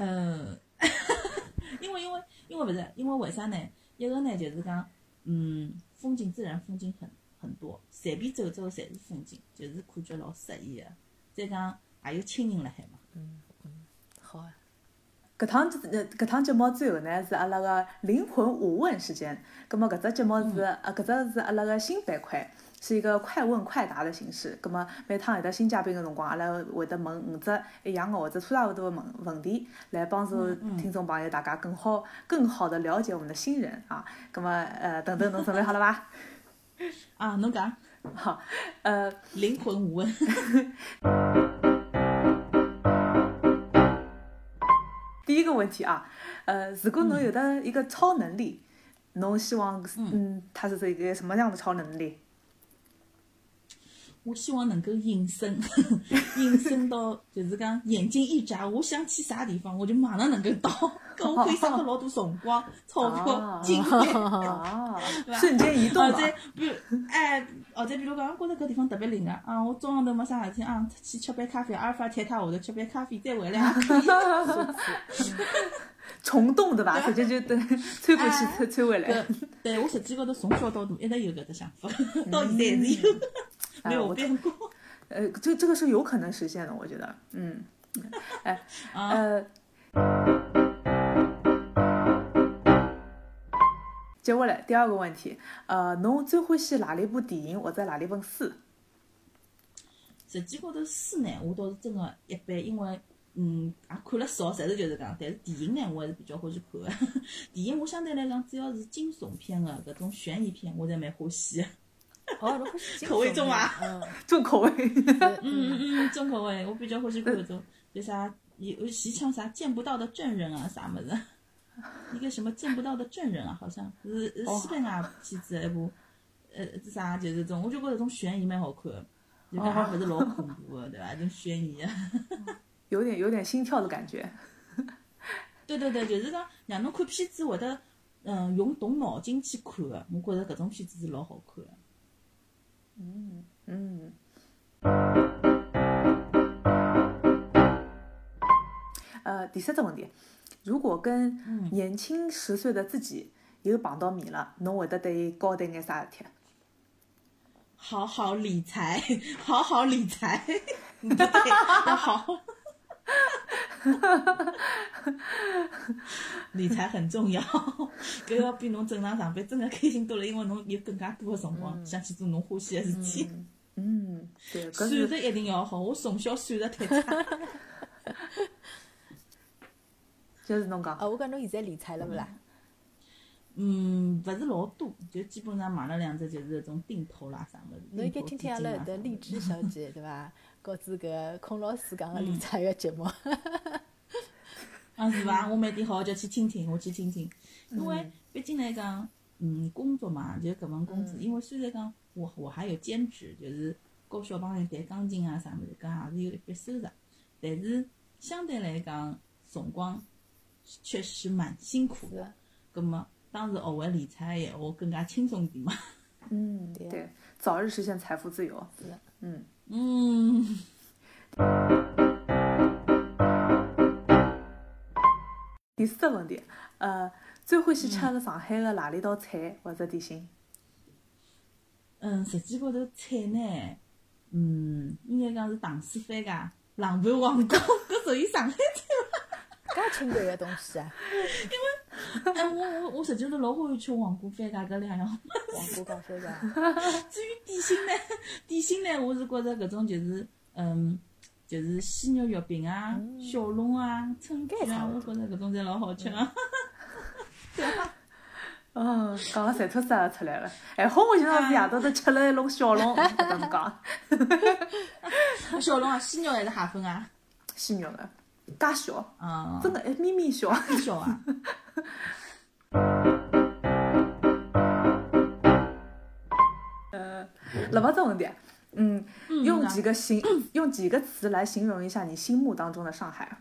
S3: 因为不是，因为为啥呢？一个呢就是讲，风景自然风景很多，随便走走侪是风景，就是感觉老适意的。再讲还有亲人辣海嘛。
S2: 好啊。
S1: 搿趟节目最后呢是阿拉个灵魂五问时间，葛末搿只节目是搿只是阿拉个新板块，是一个快问快答的形式。葛末每趟有得新嘉宾个辰光，阿拉会得问5只一样个或者差勿多个问题，来帮助听众朋友大家更好的了解我们的新人啊。葛末等等侬准备好了伐？
S3: 啊，侬讲。
S1: 好，
S3: 灵魂五问。
S1: 第一个问题啊，如果侬有的一个超能力，侬希望它是一个什么样的超能力？
S3: 我希望能够隐身，隐身到就是讲眼睛一眨，我想去啥地方，我就马上能够到，搿我可以省脱老多辰光、钞票、精力，对伐？
S1: 瞬间移动嘛。
S3: 再比如讲，我觉着搿地方特别灵啊，我中浪头没啥事体啊，去吃杯咖啡，阿尔法铁塔下头吃杯咖啡，再回来也可以。
S1: 虫洞对伐？直接就穿过去穿回来。
S3: 对，我实际高头从小到大一直有搿只想法，到现在还是有。没有变过。
S1: 这个是有可能实现的，我觉得。接下来第二个问题，侬最欢喜哪里部电影或者哪里本书？
S3: 实际高头书呢，我倒是真的一般，因为也看了少，实事求是讲。但是电影呢，我还是比较欢喜看的。电影我相对来讲，只要是惊悚片的搿种悬疑片，我侪蛮欢喜的。
S2: 哦，侬欢喜
S3: 口味重啊，
S1: 重口味。
S3: 重口味，我比较欢喜看搿种，就啥有戏腔啥见不到的证人啊，啥么子，一个什么见不到的证人啊，好像是西班牙片子一部，这啥就是种，我就觉得这种悬疑蛮好看的，就讲也勿是老恐怖的，对伐？这种悬疑啊，
S1: 有点心跳的感觉。
S3: 对，就是讲让侬看片子会得用动脑筋去看个，我觉着搿种片子是老好看个。
S1: 第三只问题，如果跟年轻10岁的自己又碰到面了，侬会得对伊交代眼啥事体？
S3: 好好理财，好好理财，对，要好。理财很重要，搿要比侬正常上班真的开心多了，因为侬有更加多的辰光想去做侬欢喜的事体。
S1: 对，搿
S3: 算
S1: 是
S3: 术一定要好，我从小算术太差。
S1: 就是侬讲，
S2: 我讲侬现在理财了勿啦？
S3: 勿是老多，就基本上买了2只就是搿种定投啦啥物事。
S2: 侬应该听听阿拉搿搭荔枝小姐对伐？告知搿孔老师讲个理财个节目。
S3: 是伐？我每天好好叫去听听，我去听听。因为毕竟来讲，工作嘛，就搿份工资。因为虽然讲我还有兼职，就是教小朋友弹钢琴啊啥物事，搿也是有一笔收入。但是相对来讲，辰光确实蛮辛苦的。葛末当时学会理财个闲话，更加轻松点嘛。
S1: 对，早日实现财富自由。第4个问题，最欢喜吃个上海个哪里道菜或者点心？
S3: 实际高头菜呢，应该讲是糖水番茄、冷盘黄瓜，搿属于上海菜伐？
S2: 介清淡个东西啊！
S3: 我实际高头老欢喜吃黄瓜番茄搿2样。
S2: 黄瓜加番茄。
S3: 至于点心呢，我是觉着搿种就是鲜肉月饼啊、小笼啊、春卷啊，我觉着搿种侪老好吃啊。对啊。
S1: 讲了馋吐啥也出来了。还好我今朝是夜到头吃了一笼小笼，搿搭是讲。
S3: 小笼啊，鲜肉还是蟹粉啊？
S1: 鲜肉的，介小，真的咪咪小。
S3: 小啊。
S1: 辣勿这问题，用几个词来形容一下你心目当中的上海？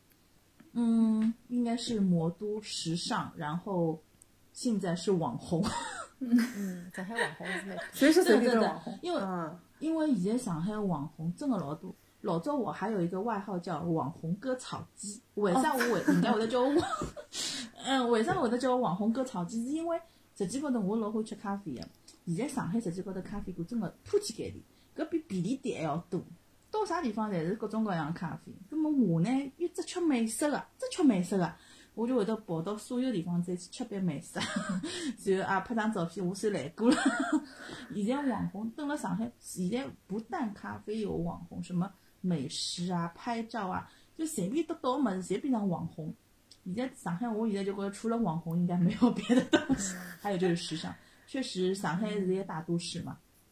S3: 应该是魔都时尚，然后现在是网红。
S2: 上海网红是蛮多。
S1: 随时随地都是网红。
S3: 因为现在上海网红真的老多。老早我还有一个外号叫网红割草机，为啥人家会得叫我为啥会得叫我网红割草机？是因为实际高头我老欢喜吃咖啡的。现在上海实际高头咖啡馆真的铺天盖地，搿比便利店还要多。到啥地方侪是各种各样的咖啡。葛末我呢又只吃美式的，我就会得跑到所有地方再去吃杯美式，然后拍张照片，我算来过了。现在网红登了上海，现在不但咖啡有网红，什么美食啊、拍照啊，就随便得到的物事侪变成网红。现在上海，我现在就觉得除了网红，应该没有别的东西。还有就是时尚，确实上海是一个大都市嘛。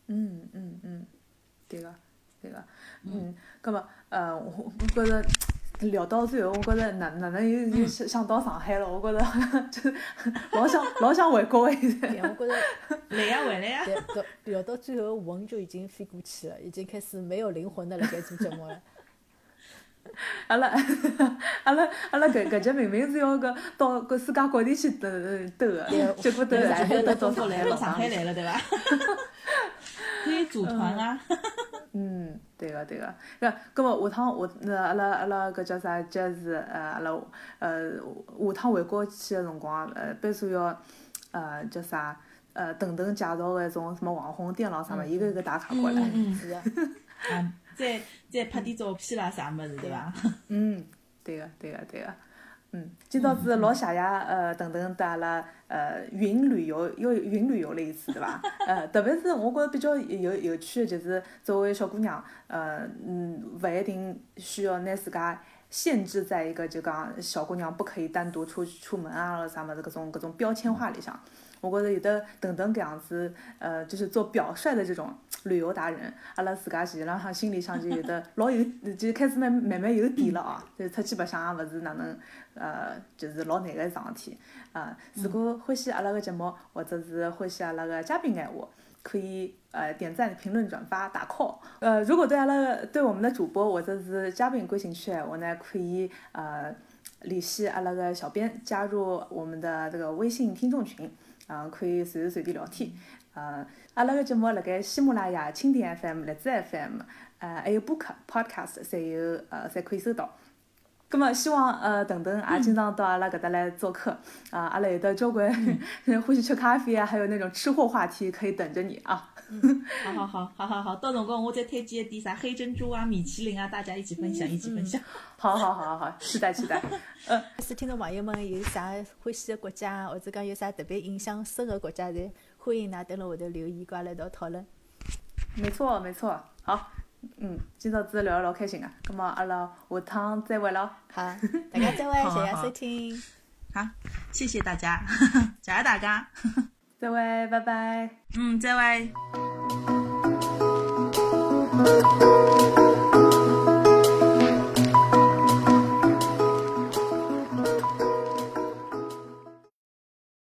S1: 对个。葛末我觉着聊到最后，我觉着哪能又想到上海了？我觉着就老想回国现在。
S2: 对，我觉着
S3: 来呀，回来呀。
S2: 对，聊到最后魂就已经飞过去了，已经开始没有灵魂的辣盖做节目了。
S1: 阿拉搿节明明是要到世界各地去兜个，结果兜来还到
S3: 上海来了，对伐？可以组团啊。
S1: 对个。搿么下趟阿拉搿叫啥？就是阿拉下趟回国去个辰光，班主要叫啥？等介绍个种什么网红店咯啥么，一个个打卡过来。
S2: 是的。
S3: 再拍点照片啦啥物事，对伐？
S1: 对个。今朝子老谢谢等带阿拉云旅游了一次，对伐？特别是我觉着比较有趣的，就是作为小姑娘，勿一定需要拿自家限制在一个就讲小姑娘不可以单独出门啊啥么子搿种标签化里向。我觉着有的等搿样子，就是做表率的这种旅游达人，阿拉自家实际浪向心里向就有的就开始慢慢有底了啊，就出去白相也勿是哪能就是老难个一桩事体。如果欢喜阿拉个节目，或者是欢喜阿拉个嘉宾闲话，可以点赞、评论、转发、打 call。如果对我们的主播或者是嘉宾感兴趣的话呢，可以联系阿拉个小编，加入我们的这个微信听众群，可以随时随地聊天。阿拉个节目辣盖喜马拉雅、蜻蜓 FM、荔枝 FM，还有播客 Podcast， 侪可以收到。咁么希望等等也经常到阿拉搿搭来做客阿拉有的交关欢喜吃咖啡啊，还有那种吃货话题可以等着你啊。
S3: 好，到辰光我再推荐一点啥黑珍珠啊、米其林啊，大家一起分享。
S1: 好，期待。
S2: 是听众朋友们有啥欢喜的国家，或者讲有啥特别印象深的国家，侪欢迎㑚登辣下头留言，跟阿拉一道讨论。
S1: 没错，好。今朝子聊得老开心啊，咁么阿拉下趟再会咯。
S2: 好，大家再会，谢谢收听。
S3: 好，谢谢大家，谢谢大家，
S1: 再会，拜拜。
S3: 再会。